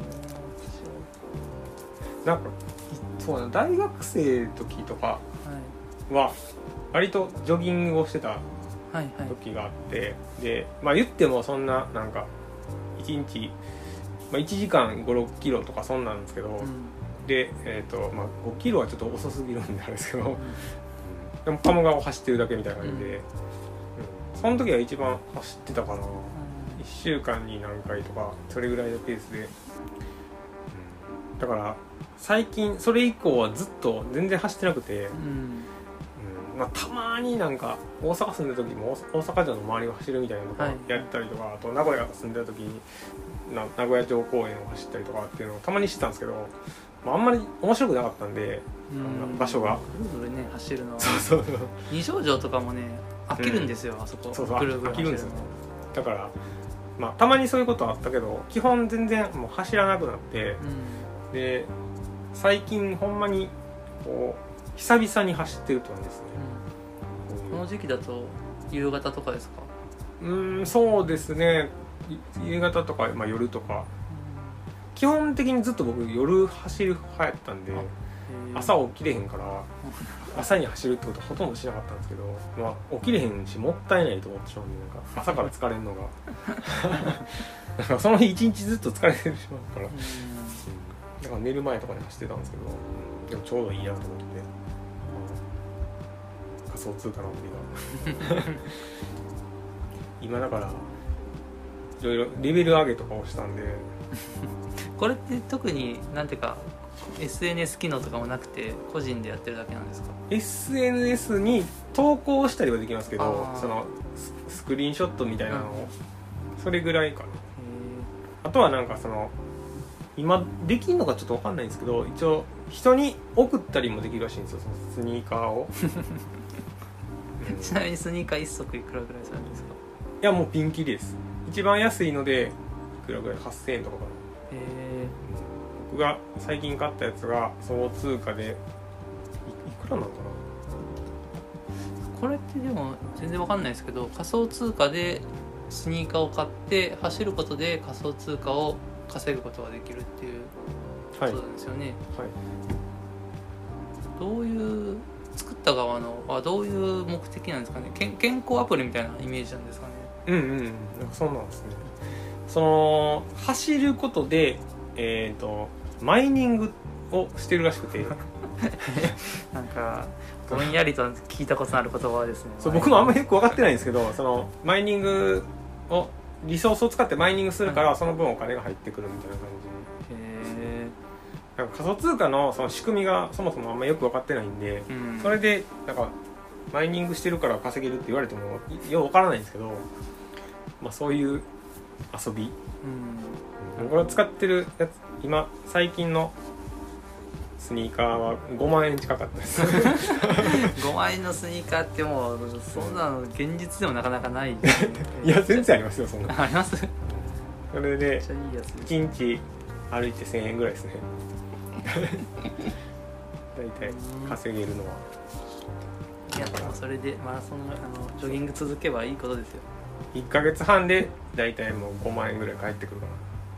なんかそうだ、大学生の時とかは割とジョギングをしてた時があって、で言ってもそんななんか1日1時間 5,6 キロとかそんなんですけど、で5キロはちょっと遅すぎるんであれですけど、でも鴨川を走ってるだけみたいな感じで、その時は一番走ってたかな、1週間に何回とかそれぐらいのペースで、だから最近それ以降はずっと全然走ってなくて、たまになんか大阪住んでた時も大阪城の周りを走るみたいなのとかやったりとか、あと名古屋住んでた時に名古屋城公園を走ったりとかっていうのをたまにしてたんですけど、あんまり面白くなかったんで、場所がぐるぐるね走るのは。 そう二条城とかもね飽きるんですよ、あそこ。 ぐるぐる飽きるんですよ。だからたまにそういうことはあったけど、基本全然もう走らなくなって、で最近ほんまにこう久々に走ってるって感じですね。 この時期だと夕方とかですか？ そうですね、夕方とか、夜とか、基本的にずっと僕夜走る派やったんで、朝起きれへんから朝に走るってことはほとんどしなかったんですけど、起きれへんしもったいないと思ってしまうんで、なんか朝から疲れるのがなんかその日一日ずっと疲れてしまうから、だから寝る前とかに走ってたんですけど、でもちょうどいいなと思って、仮想通貨のアプリが今だからいろいろレベル上げとかをしたんでこれって特になんていうか SNS 機能とかもなくて個人でやってるだけなんですか？ SNS に投稿したりはできますけど、そのスクリーンショットみたいなのを、それぐらいかな。あとはなんかその今できるのかちょっと分かんないんですけど、一応人に送ったりもできるらしいんですよ、そのスニーカーをちなみにスニーカー1足いくらぐらいするんですか？ いやもうピンキリです。一番安いのでいくらぐらい、8000円とかかな。僕が最近買ったやつが総通貨で いくらなのかな。 これってでも全然わかんないですけど、仮想通貨でスニーカーを買って走ることで仮想通貨を稼ぐことができるっていうことなんですよね。はい、どういう作った側のはどういう目的なんですかね。健康アプリみたいなイメージなんですかね。 なんかそうなんですね。その走ることでマイニングをしてるらしくてなんかぼんやりと聞いたことのある言葉ですね。 そう、僕もあんまりよく分かってないんですけど、そのマイニングをリソースを使ってマイニングするから、その分お金が入ってくるみたいな感じ。なんか仮想通貨のその仕組みがそもそもあんまりよく分かってないんで、それでなんかマイニングしてるから稼げるって言われてもよく分からないんですけど、まあそういう遊び。これを使ってるやつ、今最近のスニーカーは5万円近かったです 5万円のスニーカーってもうそんなの現実でもなかなかないですねいや全然ありますよ、そんなあります。 それで1日歩いて1000円ぐらいですね大体稼げるのは。 いやでもそれでマラソンジョギング続けばいいことですよ。 1ヶ月半で大体もう5万円ぐらい返ってくるか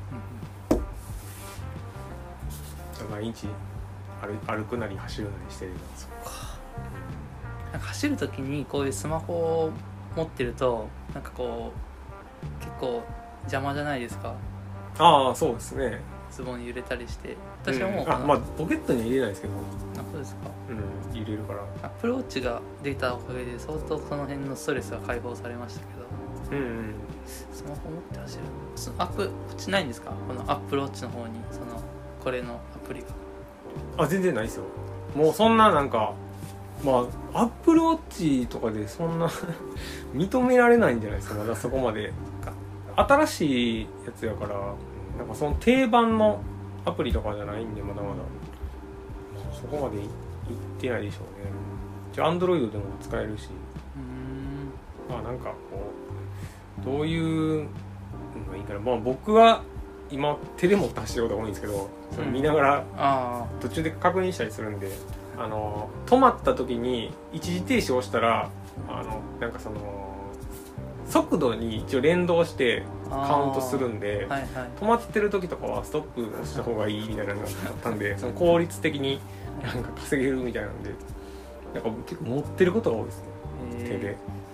な、毎日歩くなり走るなりしてる。 そうか。なんか走るときにこういうスマホを持ってるとなんかこう結構邪魔じゃないですか。 ああそうですね。 ズボン揺れたりして、私はもう、 まあポケットには入れないですけど。 そうですか。 入れるから。 アップルウォッチが出たおかげで相当その辺のストレスが解放されましたけど。スマホ持って走る。アップウォッチないんですか？このアップルウォッチの方にこれのアプリが。 全然ないですよ。もうそんななんかまあアップルウォッチとかでそんな認められないんじゃないですか、まだそこまで新しいやつやから。なんかその定番のアプリとかじゃないんで、まだまだそこまでいってないでしょうね。じゃあ Android でも使えるし、まあなんかこうどういうのがいいかな。まあ僕は今手で持って走ることが多いんですけど、それ見ながら途中で確認したりするんで、止まった時に一時停止を押したらなんかその速度に一応連動してカウントするんで、止まってる時とかはストップ押した方がいいみたいなのがあったんで、その効率的になんか稼げるみたいなんで、なんか結構持ってることが多いですね、手で。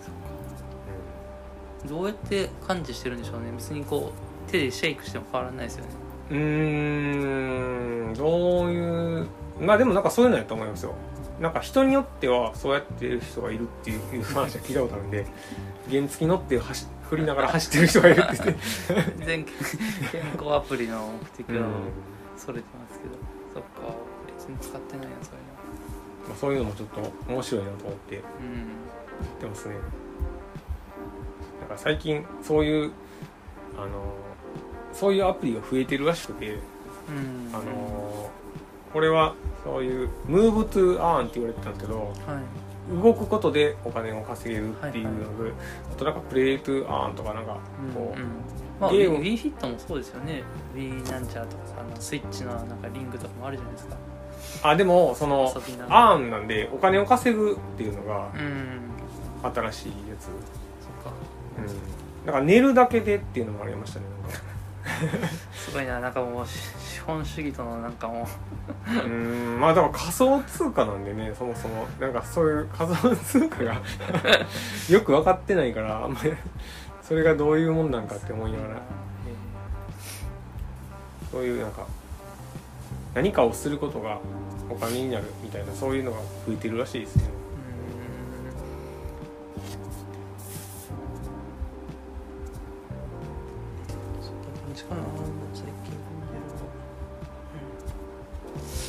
どうやって感知してるんでしょうね。別にこう手でシェイクしても変わらないですよね。 どういうまあでもなんかそういうのやと思いますよ。なんか人によってはそうやってる人がいるっていう話は聞いたことあるんで、原付乗って振りながら走ってる人がいるって言って全然健康アプリの目的はそれてますけど、そっか、別に使ってないやつはいな。 まあそういうのもちょっと面白いなと思ってやってますね。なんか最近そういうアプリが増えてるらしくて、これはそういうムーブトゥアーンって言われてたんですけど、動くことでお金を稼げるっていうので、あとなんかプレイトゥアーンとかなんかこう、 ゲーム Wii フィットもそうですよね。 Wii なんちゃらとかさ、スイッチのなんかリングとかもあるじゃないですか。 でもそのアーンなんでお金を稼ぐっていうのが新しいやつ。そっか。なんか寝るだけでっていうのもありましたね。なんかすごいな、なんかもう資本主義とのなんかもうまあだから仮想通貨なんでね、そもそもなんかそういう仮想通貨がよく分かってないから、あんまりそれがどういうもんなんかって思いながら、そういうなんか何かをすることがお金になるみたいな、そういうのが増えてるらしいですね。 最近見てるの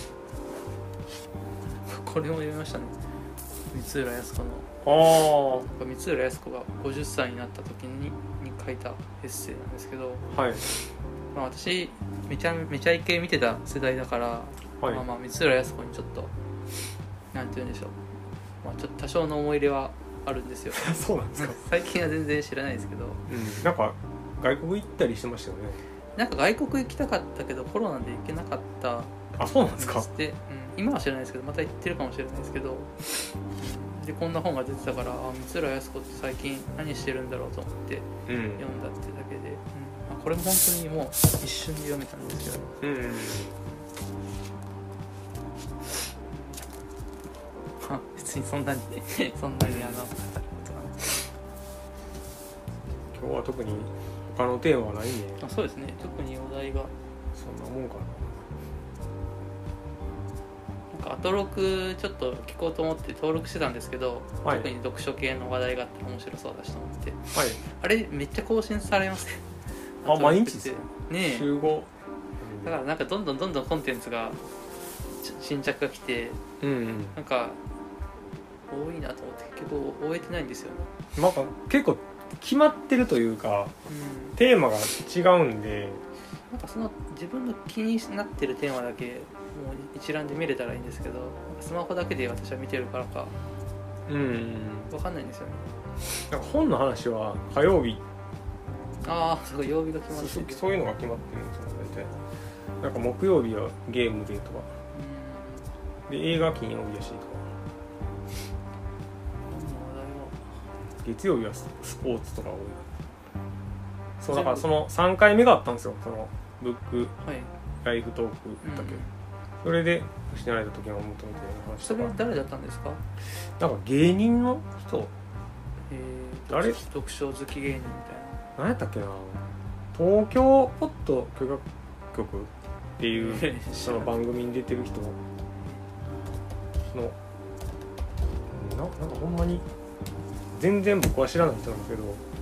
これも読みましたね。三浦靖子の。三浦靖子が50歳になった時に書いたエッセイなんですけど、 はい、 まあ、私めちゃイケ見てた世代だから、はい、まあ三浦靖子にちょっとなんて言うんでしょう、まあ、ちょっと多少の思い入れはあるんですよ。 そうなんですか。 最近は全然知らないですけど、 なんか外国行ったりしてましたよね。 なんか外国行きたかったけどコロナで行けなかった。 あ、そうなんですか。 で、今は知らないですけどまた行ってるかもしれないですけど、でこんな本が出てたから、三浦靖子って最近何してるんだろうと思って読んだってだけで、これも本当にもう一瞬で読めたんですけど、別にそんなに語ることは今日は特に他のテーマはないね。 そうですね、特にお題がそんなもんかな。 アトロクちょっと聞こうと思って登録してたんですけど、 はい、 特に読書系の話題があったら面白そうだしと思って、 はい、 あれめっちゃ更新されますね。 毎日ですね。 週5 だからなんかどんどんコンテンツが新着が来て、なんか多いなと思って結局終えてないんですよね。 なんか結構決まってるというか、テーマが違うんで、 なんかその自分の気になってるテーマだけもう一覧で見れたらいいんですけど、スマホだけで私は見てるからか分かんないんですよね。 なんか本の話は火曜日、 そう曜日が決まってる。 そういうのが決まってるんですよ大体。なんか木曜日はゲームでとか、で映画金曜日やしとか、月曜日はスポーツとか多い。そうだからその3回目があったんですよ、そのブック、ライフトークだけ、それで失われた時の求めてる話とか。 それ誰だったんですか？ なんか芸人の人、 誰？読書好き芸人みたいな。何やったっけな、東京ポッド許可局っていうその番組に出てる人のなんかほんまに全然僕は知らない人なんですけど、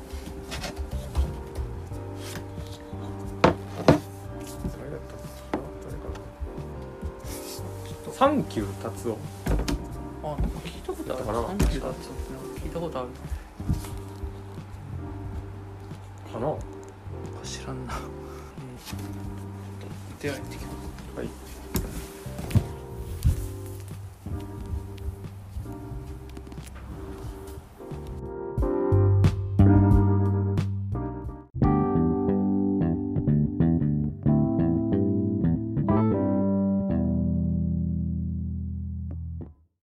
サンキュー達夫。 聞いたことあるかな。サンキュー達夫って聞いたことあるかな。 知らんな。では行ってきます。